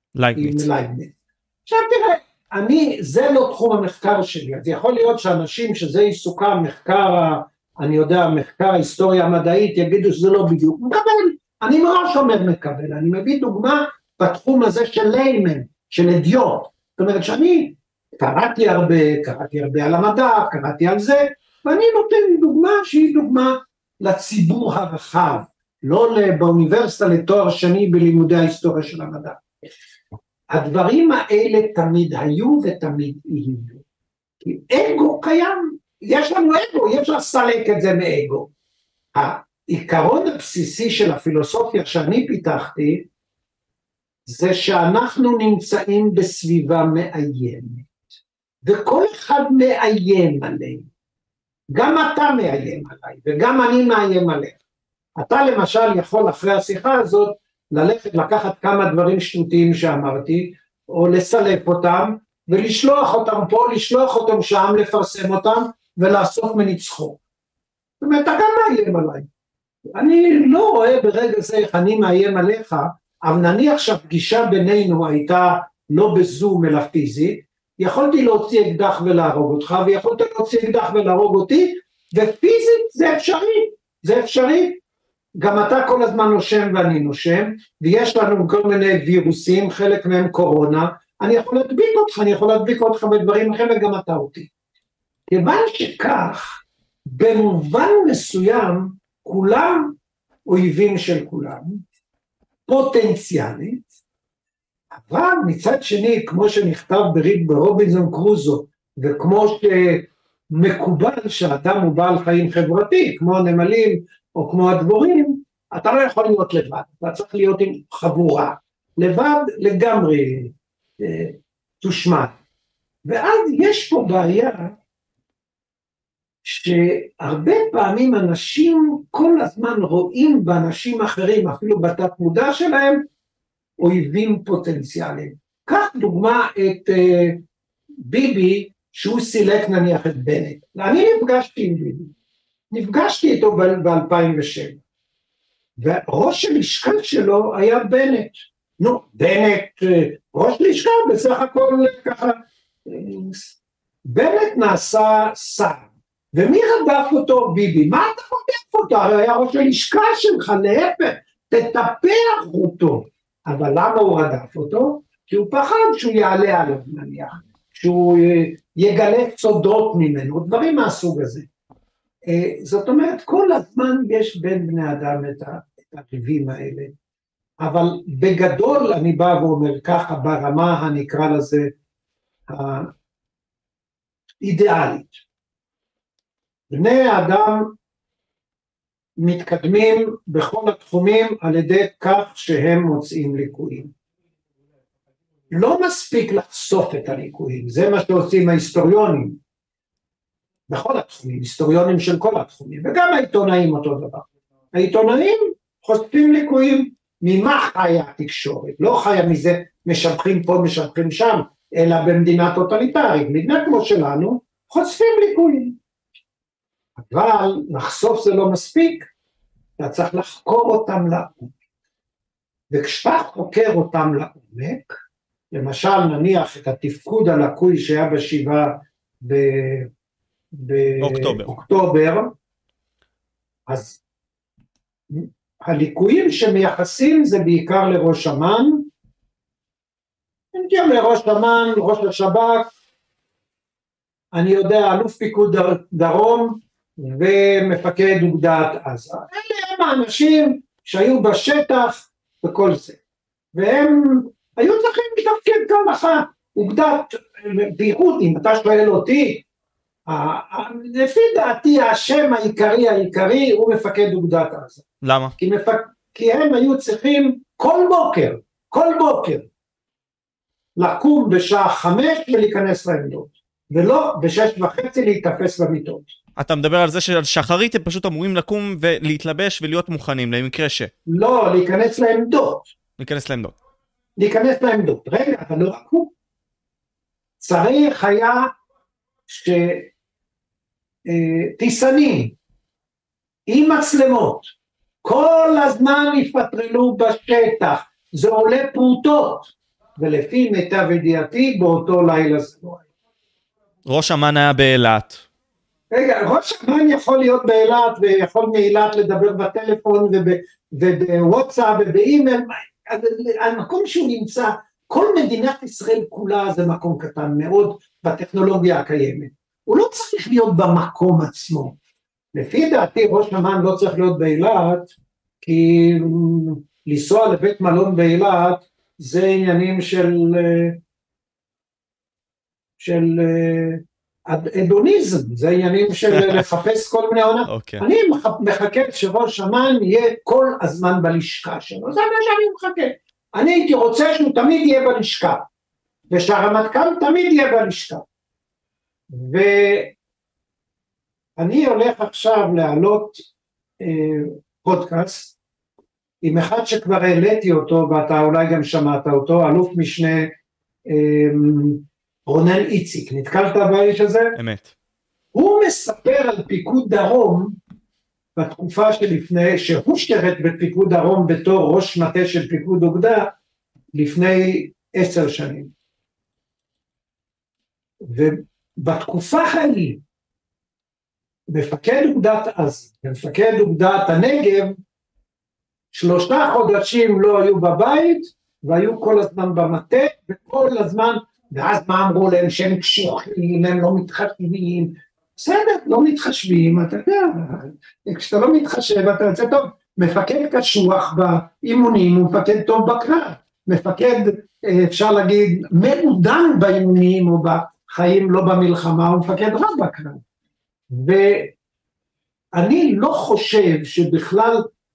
לייבניץ. עם לייבניץ. עכשיו תראה, אני, זה לא תחום המחקר שלי, אז יכול להיות שאנשים שזה עיסוקם, מחקר, אני יודע, מחקר היסטוריה המדעית, יגידו שזה לא בדיוק, מקבל, אני מראש אומר מקבל, אני מביא דוגמה בתחום הזה של ליימן, של אדיוט, זאת אומרת שאני קראתי הרבה, קראתי הרבה על המדע, קראתי על זה, ואני נותן דוגמה שהיא דוגמה לציבור הרחב, לא באוניברסיטה לתואר שני בלימודי ההיסטוריה של המדע. הדברים האלה תמיד היו ותמיד יהיו. כי אגו קיים, יש לנו אגו, אי אפשר לסלק את זה מאגו. העיקרון הבסיסי של הפילוסופיה שאני פיתחתי, זה שאנחנו נמצאים בסביבה מאיימת, וכל אחד מאיים עלינו. גם אתה מאיים עליי, וגם אני מאיים עליך. אתה למשל יכול אחרי השיחה הזאת, ללכת לקחת כמה דברים שטותיים שאמרתי, או לסלף אותם, ולשלוח אותם פה, לשלוח אותם שם, לפרסם אותם, ולעשות מני צחוק. זאת אומרת, אתה גם מאיים עליי. אני לא רואה ברגע זה איך אני מאיים עליך, אבל נניח שהפגישה בינינו הייתה לא בזום אלא פיזית, יכולתי להוציא אקדח ולהרוג אותך, ויכולתי להוציא אקדח ולהרוג אותי, ופיזית זה אפשרי, זה אפשרי. גם אתה כל הזמן נושם ואני נושם, ויש לנו כל מיני וירוסים, חלק מהם קורונה, אני יכול להדביק אותך, אני יכול להדביק אותך בדברים אחרים, וגם אתה אותי. כיוון שכך, במובן מסוים, כולם אויבים של כולם, פוטנציאלית, אבל מצד שני, כמו שנכתב בריק ברובינזון קרוזו, וכמו שמקובל שאדם הוא בעל חיים חברתי, כמו הנמלים או כמו הדבורים, אתה לא יכול להיות לבד, אתה צריך להיות עם חבורה, לבד לגמרי אה, תושמע. ואז יש פה בעיה, שהרבה פעמים אנשים כל הזמן רואים באנשים אחרים, אפילו בתת מודע שלהם, אויבים פוטנציאליים. קח דוגמה את uh, ביבי, שהוא סילק נניח את בנט. אני נפגשתי עם ביבי, נפגשתי איתו ב-אלפיים ושבע, וראש הלשכה שלו היה בנט. נו, בנט, ראש לשכה בסך הכל ככה, בנט נעשה שר, ומי רדף אותו? ביבי. מה אתה רודף אותו? הרי היה ראש הלשכה שלך, להפך, תטפח אותו. אבל למה הוא רדף אותו? כי הוא פחד שהוא יעלה עליו נניח, שהוא יגלה סודות ממנו, דברים מהסוג הזה. זאת אומרת, כל הזמן יש בין בני אדם את הריבים האלה, אבל בגדול אני בא ואומר ככה, ברמה הנקרא לזה האידיאלית. בני האדם מתקדמים בכל התחומים על ידי כך שהם מוצאים ליקויים. לא מספיק לחשוף את הליקויים, זה מה שעושים ההיסטוריונים, בכל התחומים, היסטוריונים של כל התחומים, וגם העיתונאים אותו דבר. העיתונאים חושפים ליקויים, ממה חיה התקשורת, לא חיה מזה משבחים פה, משבחים שם, אלא במדינה טוטליטרית, מדינה כמו שלנו, חושפים ליקויים. אבל לחשוף זה לא מספיק, אתה צריך לחקור אותם לעומק. וכשאתה חוקר אותם לעומק, למשל נניח את התפקוד הלקוי שהיה בשבעה באוקטובר, באוקטובר, אז הליקויים שמייחסים זה בעיקר לראש אמ"ן, גם לראש אמ"ן, ראש השב"כ, אני יודע, אלוף פיקוד דרום, ומפקד אוגדת עזה. אלה הם האנשים שהיו בשטח וכל זה. והם היו צריכים לתפקד כהלכה. אוגדת, בייחוד, אם אתה שואל אותי, לפי דעתי השם העיקרי העיקרי הוא מפקד אוגדת עזה. למה? כי, מפק... כי הם היו צריכים כל בוקר, כל בוקר, לקום בשעה חמש ולהיכנס לעמדות, ולא בשש וחצי להתאפס במיטות. אתה מדבר על זה שעל שחרית הם פשוט אמורים לקום ולהתלבש ולהיות מוכנים למקרה ש... לא, להיכנס לעמדות. להיכנס לעמדות. להיכנס לעמדות. רגע, אתה לא לקום. צריך היה שטיסנים עם מצלמות כל הזמן יפטרלו בשטח. זה עולה פרוטות. ולפי מיטב ידיעתי באותו לילה זה לא היה. ראש אמ"ן היה באילת. רגע, ראש אמ"ן יכול להיות באילת, ויכול מאילת לדבר בטלפון, ובוואטסאפ, ובאימייל, המקום שהוא נמצא, כל מדינת ישראל כולה זה מקום קטן מאוד בטכנולוגיה הקיימת. הוא לא צריך להיות במקום עצמו. לפי דעתי ראש אמ"ן לא צריך להיות באילת, כי לנסוע לבית מלון באילת, זה עניינים של, של אדוניזם, זה עניינים של לחפש כל מיני עונה. Okay. אני מחכה שראש אמ"ן יהיה כל הזמן בלשכה שלו, זה מה שאני מחכה. אני הייתי רוצה שהוא תמיד יהיה בלשכה, ושהרמטכ"ל תמיד יהיה בלשכה. ואני הולך עכשיו להעלות אה, פודקאסט, עם אחד שכבר העליתי אותו, ואתה אולי גם שמעת אותו, אלוף משנה אה, רונן איציק, נתקלת באיש הזה? אמת. הוא מספר על פיקוד דרום, בתקופה שלפני, שהוא שירת בפיקוד דרום בתור ראש מטה של פיקוד אוגדה, לפני עשר שנים. ובתקופה ההיא, מפקד אוגדת אז, מפקד אוגדת הנגב, שלושה חודשים לא היו בבית, והיו כל הזמן במטה, וכל הזמן, ואז מה אמרו להם שהם קשוחים, הם לא מתחשבים, בסדר, לא מתחשבים, אתה יודע, כשאתה לא מתחשב, אתה יוצא טוב, מפקד קשוח באימונים, הוא מפקד טוב בקרב, מפקד, אפשר להגיד, מעודן באימונים, או בחיים לא במלחמה, הוא מפקד רע בקרב, ואני לא חושב שבכלל,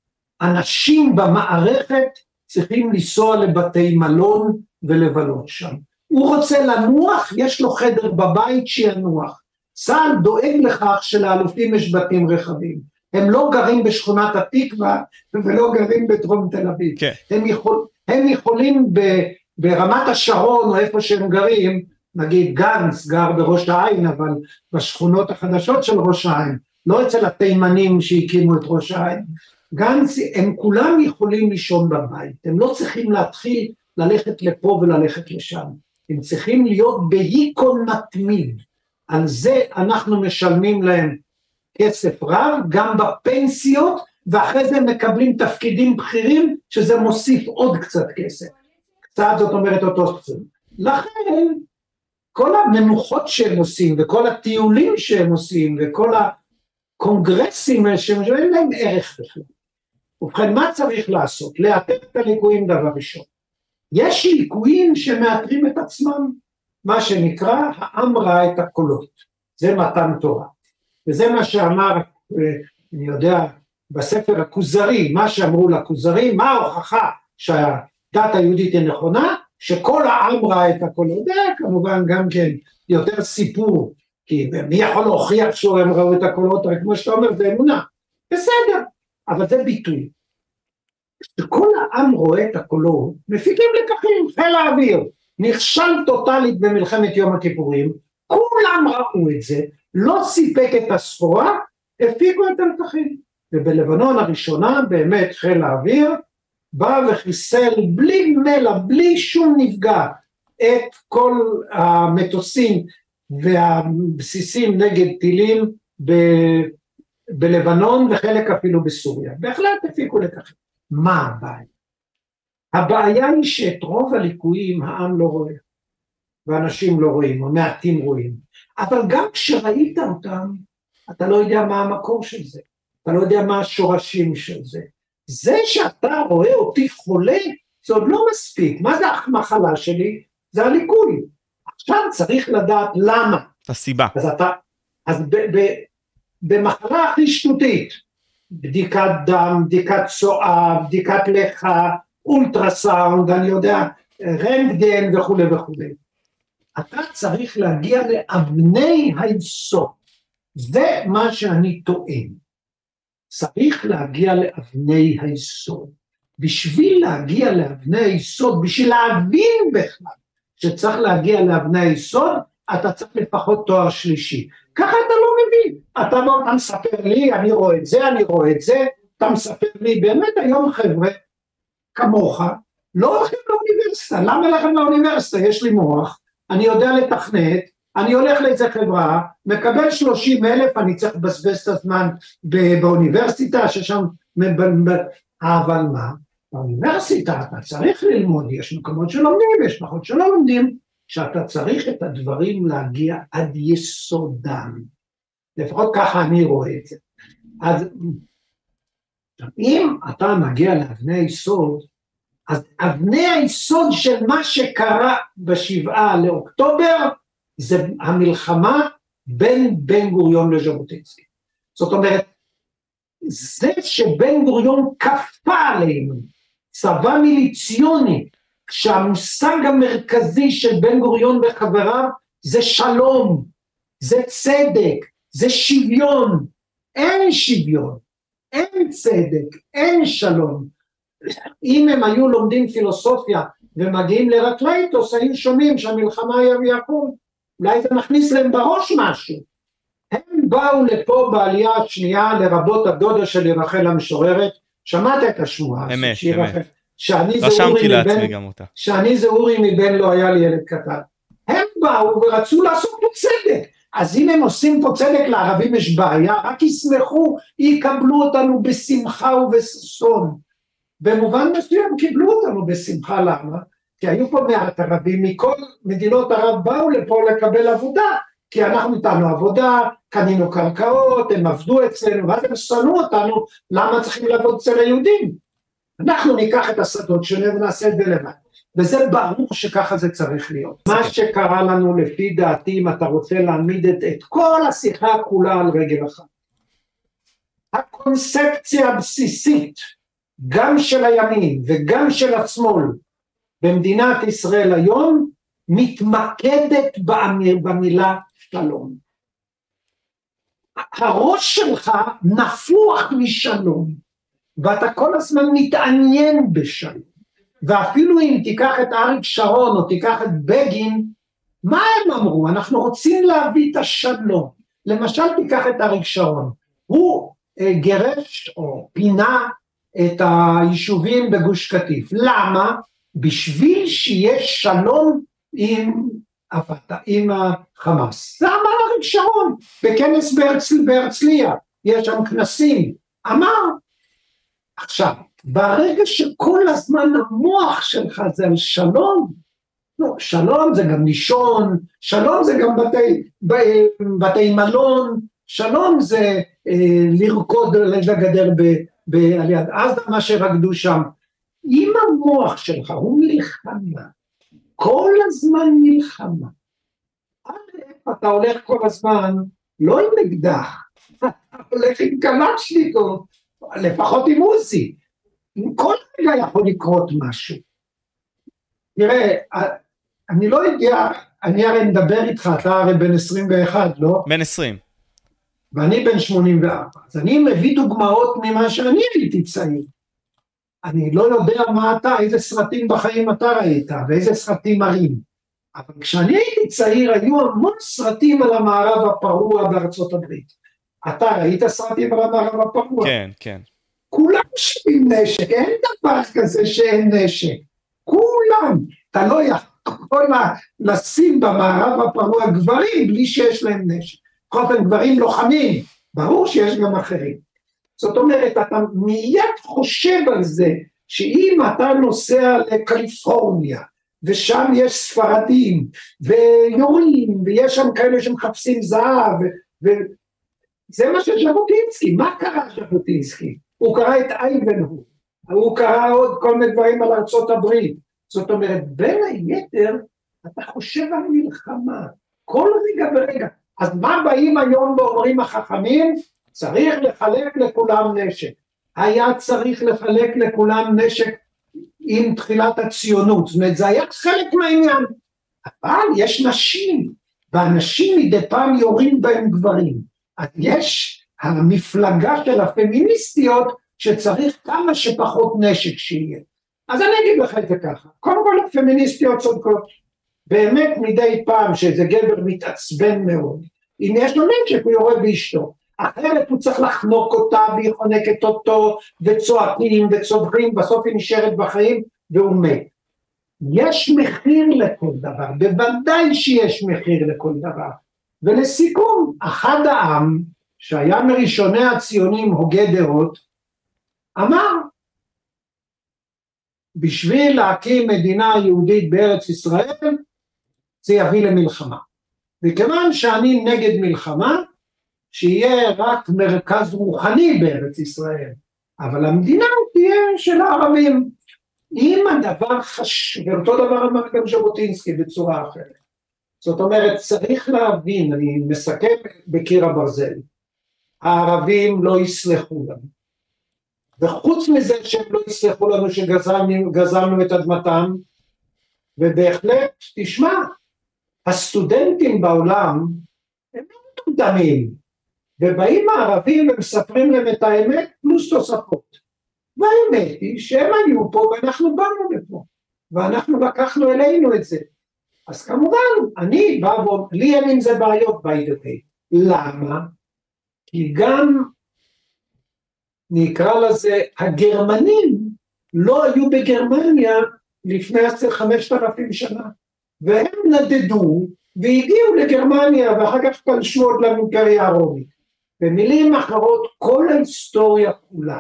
אנשים במערכת צריכים לנסוע לבתי מלון ולבלות שם. הוא רוצה לנוח, יש לו חדר בבית שינוח. צה"ל דואג לכך שלאלופים יש בתים רחבים. הם לא גרים בשכונת התקווה ולא גרים בדרום תל אביב. Okay. הם, יכול, הם יכולים ב, ברמת השרון או איפה שהם גרים, נגיד גנץ גר בראש העין, אבל בשכונות החדשות של ראש העין, לא אצל התימנים שהקימו את ראש העין, גנץ, הם כולם יכולים לישון בבית, הם לא צריכים להתחיל ללכת לפה וללכת לשם, הם צריכים להיות בהיקון מתמיד, על זה אנחנו משלמים להם כסף רב, גם בפנסיות, ואחרי זה מקבלים תפקידים בכירים, שזה מוסיף עוד קצת כסף, קצת זאת אומרת אותו קצת, לכן כל המנוחות שהם עושים, וכל הטיולים שהם עושים, וכל הקונגרסים שהם עושים, אין להם ערך בכלל. ובכן, מה צריך לעשות? לאתר את הליקויים דבר ראשון. יש ליקויים שמאתרים את עצמם, מה שנקרא, העם ראה את הקולות. זה מתן תורה. וזה מה שאמר, אני יודע, בספר הכוזרי, מה שאמרו לכוזרי, מה ההוכחה שהדת היהודית היא נכונה, שכל העם ראה את הקולות. זה כמובן גם כן יותר סיפור, כי מי יכול להוכיח שהם ראו את הקולות, רק כמו שאתה אומר, זה אמונה. בסדר. אבל זה ביטוי. כשכל העם רואה את הקולות, מפיקים לקחים, חיל האוויר, נכשל טוטלית במלחמת יום הכיפורים, כולם ראו את זה, לא סיפק את הסחורה, הפיקו את הלקחים. ובלבנון הראשונה, באמת חיל האוויר, בא וחיסל בלי מלא, בלי שום נפגע, את כל המטוסים והבסיסים נגד טילים ב- בלבנון וחלק אפילו בסוריה. בהחלט הפיקו לקחים. מה הבעיה? הבעיה היא שאת רוב הליקויים העם לא רואה, ואנשים לא רואים, או מעטים רואים. אבל גם כשראית אותם, אתה לא יודע מה המקור של זה, אתה לא יודע מה השורשים של זה. זה שאתה רואה אותי חולה, זה עוד לא מספיק. מה זה המחלה שלי? זה הליקוי. עכשיו צריך לדעת למה. הסיבה. אז אתה, אז ב, ב, במחלה הכי שטותית, בדיקת דם, בדיקת צואה, בדיקת לחה, אולטרסאונד, אני יודע, רנטגן וכו' וכו'. אתה צריך להגיע לאבני היסוד. זה מה שאני טוען. צריך להגיע לאבני היסוד. בשביל להגיע לאבני היסוד, בשביל להבין בכלל שצריך להגיע לאבני היסוד, אתה צריך לפחות תואר שלישי. ככה אתה לא מבין. אתה לא, אתה מספר לי, אני רואה את זה, אני רואה את זה, אתה מספר לי, באמת היום חבר'ה, כמוך, לא הולכים לאוניברסיטה, למה לכם לאוניברסיטה? יש לי מוח, אני יודע לתכנת, אני הולך לאיזה חברה, מקבל שלושים אלף, אני צריך לבזבז את הזמן באוניברסיטה, ששם, אבל מה? באוניברסיטה אתה צריך ללמוד, יש מקומות שלומדים, יש מקומות שלא לומדים, שאתה צריך את הדברים להגיע עד יסודם, לפחות ככה אני רואה את זה. אז אם אתה מגיע לאבני היסוד, אז אבני היסוד של מה שקרה בשבעה לאוקטובר, זה המלחמה בין בן גוריון לז'בוטינסקי. זאת אומרת, זה שבן גוריון כפה עלינו, צבא מיליציוני, שהמושג המרכזי של בן גוריון וחבריו, זה שלום, זה צדק, זה שוויון, אין שוויון, אין צדק, אין שלום. אם הם היו לומדים פילוסופיה ומגיעים לרקלייטוס, היו שומעים שהמלחמה יביא יקום, אולי זה מכניס להם בראש משהו. הם באו לפה בעלייה השנייה, לרבות הדודה שלי רחל המשוררת, שמעת את השמועה? אמת, אמת. רשמתי לעצמי גם אותה. שאני זה אורי מבן לא היה לי ילד קטן. הם באו ורצו לעשות פה צדק. אז אם הם עושים פה צדק, לערבים יש בעיה, רק ישמחו, יקבלו אותנו בשמחה ובששון. במובן מסוים קיבלו אותנו בשמחה, למה? כי היו פה מעט ערבים, מכל מדינות ערב באו לפה לקבל עבודה, כי אנחנו נתנו עבודה, קנינו קרקעות, הם עבדו אצלנו, ואז הם שנאו אותנו, למה צריכים לעבוד אצל היהודים? אנחנו ניקח את השדות שלנו ונעשה את זה לבד. וזה ברור שככה זה צריך להיות. מה שקרה לנו לפי דעתי, אם אתה רוצה להעמיד את, את כל השיחה כולה על רגל אחת. הקונספציה הבסיסית, גם של הימין וגם של השמאל, במדינת ישראל היום, מתמקדת באמיר, במילה שלום. הראש שלך נפוח משלום, ואתה כל הזמן מתעניין בשלום. ואפילו אם תיקח את אריק שרון או תיקח את בגין, מה הם אמרו? אנחנו רוצים להביא את השלום. למשל תיקח את אריק שרון, הוא אה, גרש או פינה את היישובים בגוש קטיף. למה? בשביל שיש שלום עם, עם החמאס. זה אמר אריק שרון, בכנס בהרצל, בהרצליה, יש שם כנסים, אמר. עכשיו, ברגע שכל הזמן המוח שלך זה על שלום, לא, שלום זה גם לישון, שלום זה גם בתי, בתי מלון, שלום זה אה, לרקוד לגדר ב, ב, על יד עזה מה שרקדו שם. אם המוח שלך הוא מלחמה, כל הזמן מלחמה, אתה הולך כל הזמן, לא עם אקדח, אתה הולך עם קלצ'ניקוב, לפחות עם עוזי, כל רגע יכול לקרות משהו. תראה, אני לא יודע, אני הרי מדבר איתך, אתה הרי בן עשרים ואחת, לא? בן עשרים. ואני בן שמונים וארבע, אז אני מביא דוגמאות ממה שאני הייתי צעיר. אני לא יודע מה אתה, איזה סרטים בחיים אתה ראית, ואיזה סרטים מראים. אבל כשאני הייתי צעיר, היו המון סרטים על המערב הפרוע בארצות הברית. אתה ראית סרטים על המערב הפרוע? כן, כן. כולם שווים נשק, אין דבר כזה שאין נשק. כולם. אתה לא יכול לשים במערב הפרוע גברים בלי שיש להם נשק. כל גברים לוחמים, ברור שיש גם אחרים. זאת אומרת, אתה מיד חושב על זה, שאם אתה נוסע לקליפורניה, ושם יש ספרדים, ויורים, ויש שם כאלה שמחפשים זהב, וזה מה שז'בוטינסקי, מה קרה ז'בוטינסקי? הוא קרא את אייבנהו, הוא קרא עוד כל מיני דברים על ארצות הברית, זאת אומרת, בין היתר, אתה חושב על מלחמה, כל רגע ורגע, אז מה באים היום ואומרים החכמים? צריך לחלק לכולם נשק, היה צריך לחלק לכולם נשק עם תחילת הציונות, זאת אומרת זה היה חלק מהעניין, אבל יש נשים, והנשים מדי פעם יורים בהם גברים, אז יש המפלגה של הפמיניסטיות שצריך כמה שפחות נשק שיהיה, אז אני אגיד לך את זה ככה, קודם כל הפמיניסטיות צודקות, באמת מדי פעם שאיזה גבר מתעצבן מאוד, אם יש לו נשק הוא יורה באשתו, אחרת הוא צריך לחנוק אותה והיא חונקת אותו וצועקים וצווחים, בסוף היא נשארת בחיים והוא מת. יש מחיר לכל דבר, בוודאי שיש מחיר לכל דבר. ולסיכום, אחד העם, שהיה מראשוני הציונים הוגי דעות, אמר, בשביל להקים מדינה יהודית בארץ ישראל, זה יביא למלחמה. וכיוון שאני נגד מלחמה, שיהיה רק מרכז רוחני בארץ ישראל, אבל המדינה תהיה של הערבים. אם הדבר חשוב, ואותו דבר אמר גם ז'בוטינסקי בצורה אחרת. זאת אומרת, צריך להבין, אני מסכם בקיר הברזל, הערבים לא יסלחו לנו. וחוץ מזה שהם לא יסלחו לנו שגזלנו את אדמתם, ובהחלט, תשמע, הסטודנטים בעולם הם לא מטומטמים, ובאים הערבים ומספרים להם את האמת פלוס תוספות. והאמת היא שהם היו פה ואנחנו באנו לפה, ואנחנו לקחנו אלינו את זה. אז כמובן, אני בא ואומר, לי אין עם זה בעיות בידי. למה? כי גם, נקרא לזה, הגרמנים לא היו בגרמניה לפני חמשת אלפים שנה, והם נדדו והגיעו לגרמניה, ואחר כך פלשו עוד לאימפריה הרומית. במילים אחרות, כל ההיסטוריה כולה,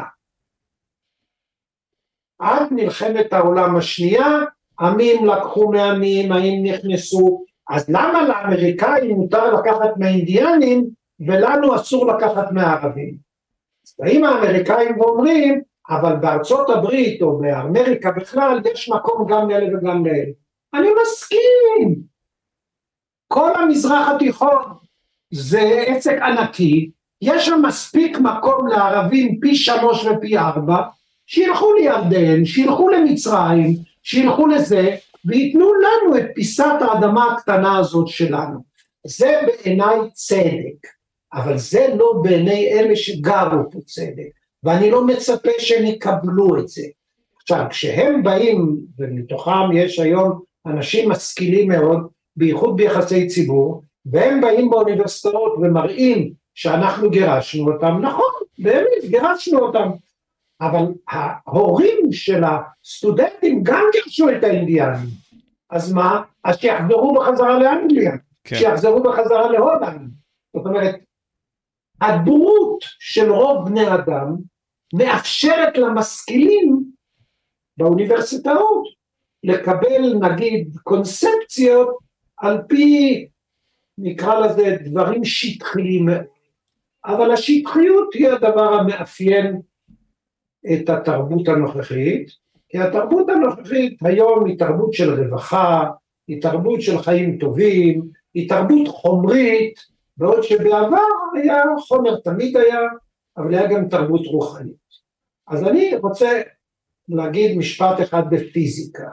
עד מלחמת העולם השנייה, עמים לקחו מעמים, עמים נכנסו, אז למה לאמריקאים מותר לקחת מהאינדיאנים, ולנו אסור לקחת מהערבים? אז באים האמריקאים ואומרים, אבל בארצות הברית או באמריקה בכלל, יש מקום גם לאלה וגם לאלה. אני מסכים. כל המזרח התיכון זה עסק ענקי, יש שם מספיק מקום לערבים פי שלוש ופי ארבע, שילכו לירדן, שילכו למצרים, שילכו לזה, ויתנו לנו את פיסת האדמה הקטנה הזאת שלנו. זה בעיניי צדק, אבל זה לא בעיני אלה שגרו פה צדק, ואני לא מצפה שהם יקבלו את זה. עכשיו, כשהם באים, ומתוכם יש היום אנשים משכילים מאוד, בייחוד ביחסי ציבור, והם באים באוניברסיטאות ומראים שאנחנו גירשנו אותם, נכון, באמת גירשנו אותם, אבל ההורים של הסטודנטים גם גירשו את האינדיאנים, אז מה? אז שיחזרו בחזרה לאנגליה, כן. שיחזרו בחזרה להולנד. זאת אומרת, הדרות של רוב בני אדם מאפשרת למשכילים באוניברסיטאות לקבל נגיד קונספציות על פי, נקרא לזה, דברים שטחיים, אבל השטחיות היא הדבר המאפיין את התרבות הנוכחית, כי התרבות הנוכחית היום היא תרבות של רווחה, היא תרבות של חיים טובים, היא תרבות חומרית, בעוד שבעבר היה חומר תמיד היה, אבל היה גם תרבות רוחנית. אז אני רוצה להגיד משפט אחד בפיזיקה.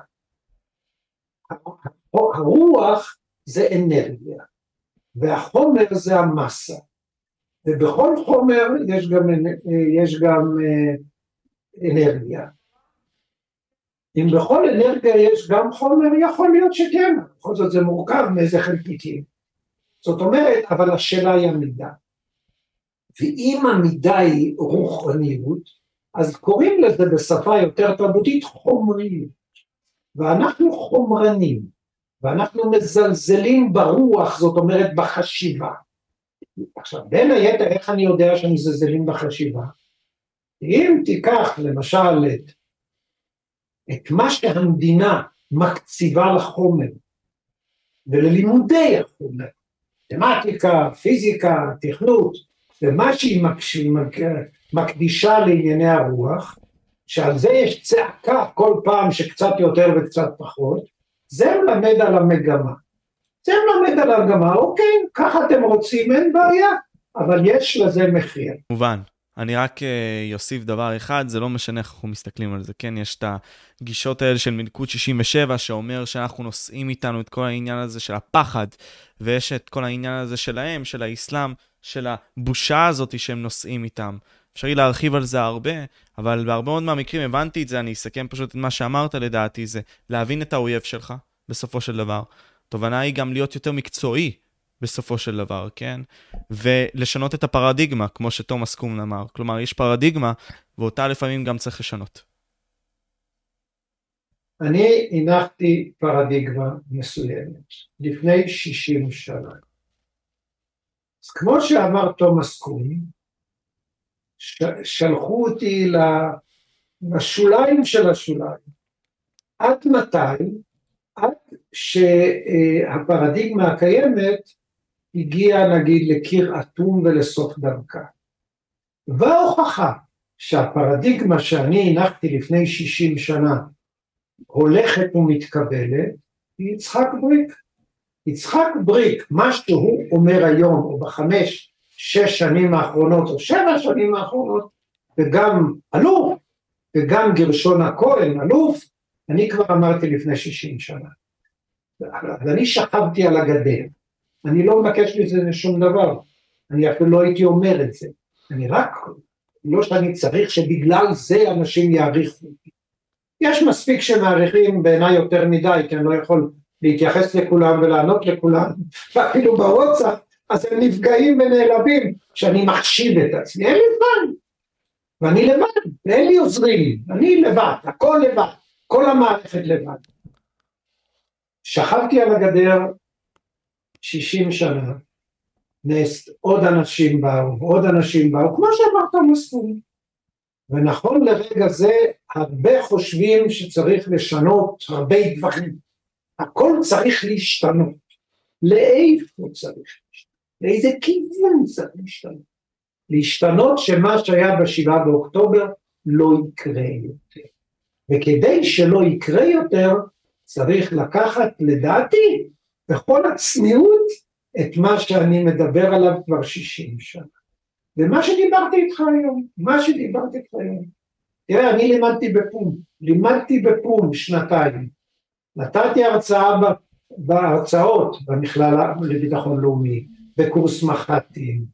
הרוח זה אנרגיה, והחומר זה המסה, ובכל חומר יש גם, יש גם אנרגיה. אם בכל אנרגיה יש גם חומר, יכול להיות שכן, בכל זאת זה מורכב מאיזה חלקיקים. זאת אומרת, אבל השאלה היא המידה. ואם המידה היא רוחניות, אז קוראים לזה בשפה יותר תרבותית חומריות. ואנחנו חומרנים, ואנחנו מזלזלים ברוח, זאת אומרת בחשיבה. עכשיו, בין היתר, איך אני יודע שמזלזלים בחשיבה? אם תיקח למשל את, את מה שהמדינה מקציבה לחומר, וללימודי החומר, מתמטיקה, פיזיקה, תכנות, ומה שהיא מקדישה לענייני הרוח, שעל זה יש צעקה כל פעם שקצת יותר וקצת פחות, זה מלמד על המגמה. זה מלמד על המגמה, אוקיי, ככה אתם רוצים, אין בעיה, אבל יש לזה מחיר. מובן. אני רק יוסיף דבר אחד, זה לא משנה איך אנחנו מסתכלים על זה, כן? יש את הגישות האלה של מלכות שישים ושבע, שאומר שאנחנו נושאים איתנו את כל העניין הזה של הפחד, ויש את כל העניין הזה שלהם, של האסלאם, של הבושה הזאת שהם נושאים איתם. אפשרי להרחיב על זה הרבה, אבל בהרבה מאוד מהמקרים הבנתי את זה, אני אסכם פשוט את מה שאמרת לדעתי, זה להבין את האויב שלך, בסופו של דבר. התובנה היא גם להיות יותר מקצועי, בסופו של דבר, כן? ולשנות את הפרדיגמה, כמו שתומאס קומון אמר. כלומר, יש פרדיגמה, ואותה לפעמים גם צריך לשנות. אני הנחתי פרדיגמה מסוימת, לפני שישים שנה. אז כמו שאמר תומאס קון, שלחו אותי לשוליים של השוליים. עד מתי? עד שהפרדיגמה הקיימת הגיעה נגיד לקיר אטום ולסוף דרכה. וההוכחה שהפרדיגמה שאני הנחתי לפני שישים שנה הולכת ומתקבלת, היא יצחק בריק. יצחק בריק, מה שהוא אומר היום, או בחמש, שש שנים האחרונות, או שבע שנים האחרונות, וגם אלוף, וגם גרשון הכהן, אלוף, אני כבר אמרתי לפני שישים שנה. אז אני שכבתי על הגדר, אני לא מבקש מזה שום דבר, אני אפילו לא הייתי אומר את זה, אני רק, לא שאני צריך שבגלל זה אנשים יעריכו אותי. יש מספיק שמעריכים בעיניי יותר מדי, כי אני לא יכול להתייחס לכולם ולענות לכולם, ואפילו בוואטסאפ, אז הם נפגעים ונעלבים, שאני מחשיב את עצמי, אין לי זמן, ואני לבד, ואין לי עוזרים, אני לבד, הכל לבד, כל המערכת לבד. שכבתי על הגדר שישים שנה, נס, עוד אנשים באו, ועוד אנשים באו, כמו שאמרת מספור. ונכון לרגע זה, הרבה חושבים שצריך לשנות הרבה דברים. הכל צריך להשתנות. לאיפה צריך להשתנות? לאיזה כיוון צריך להשתנות? להשתנות שמה שהיה בשבעה באוקטובר לא יקרה יותר. וכדי שלא יקרה יותר, צריך לקחת לדעתי, בכל הצניעות, את מה שאני מדבר עליו כבר שישים שנה. ומה שדיברתי איתך היום, מה שדיברתי איתך היום, תראה, אני לימדתי בפום, לימדתי בפום שנתיים, נתתי הרצאה בהרצאות, במכללה לביטחון לאומי, בקורס מח"טים,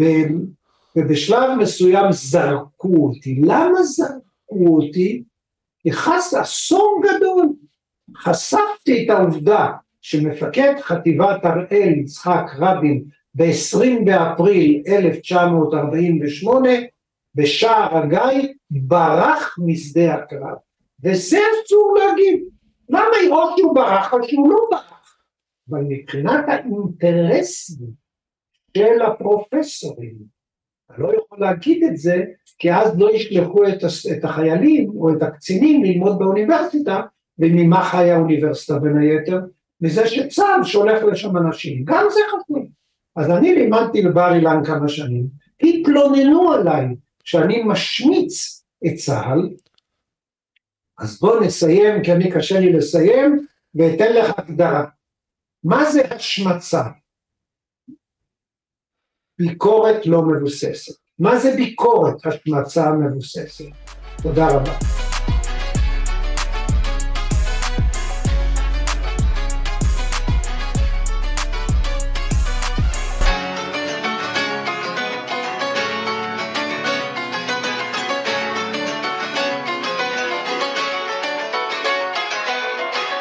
ובשלב מסוים זרקו אותי. למה זרקו אותי? כי חס אסון גדול, חשפתי את העובדה, שמפקד חטיבת הראל יצחק רבין, ב-עשרים באפריל אלף תשע מאות ארבעים ושמונה, בשער הגיא, ברח משדה הקרב. וזה אסור להגיד. למה או שהוא ברח או שהוא לא ברח? אבל מבחינת האינטרסים של הפרופסורים, אתה לא יכול להגיד את זה, כי אז לא ישלחו את החיילים או את הקצינים ללמוד באוניברסיטה, וממה חיה האוניברסיטה בין היתר, מזה שצה"ל שולח לשם אנשים. גם זה חשוב. אז אני לימדתי בבר אילן כמה שנים, התלוננו עליי שאני משמיץ את צה"ל, אז בוא נסיים, כי אני קשה לי לסיים, ואתן לך הגדרה. מה זה השמצה? ביקורת לא מבוססת. מה זה ביקורת השמצה מבוססת? תודה רבה.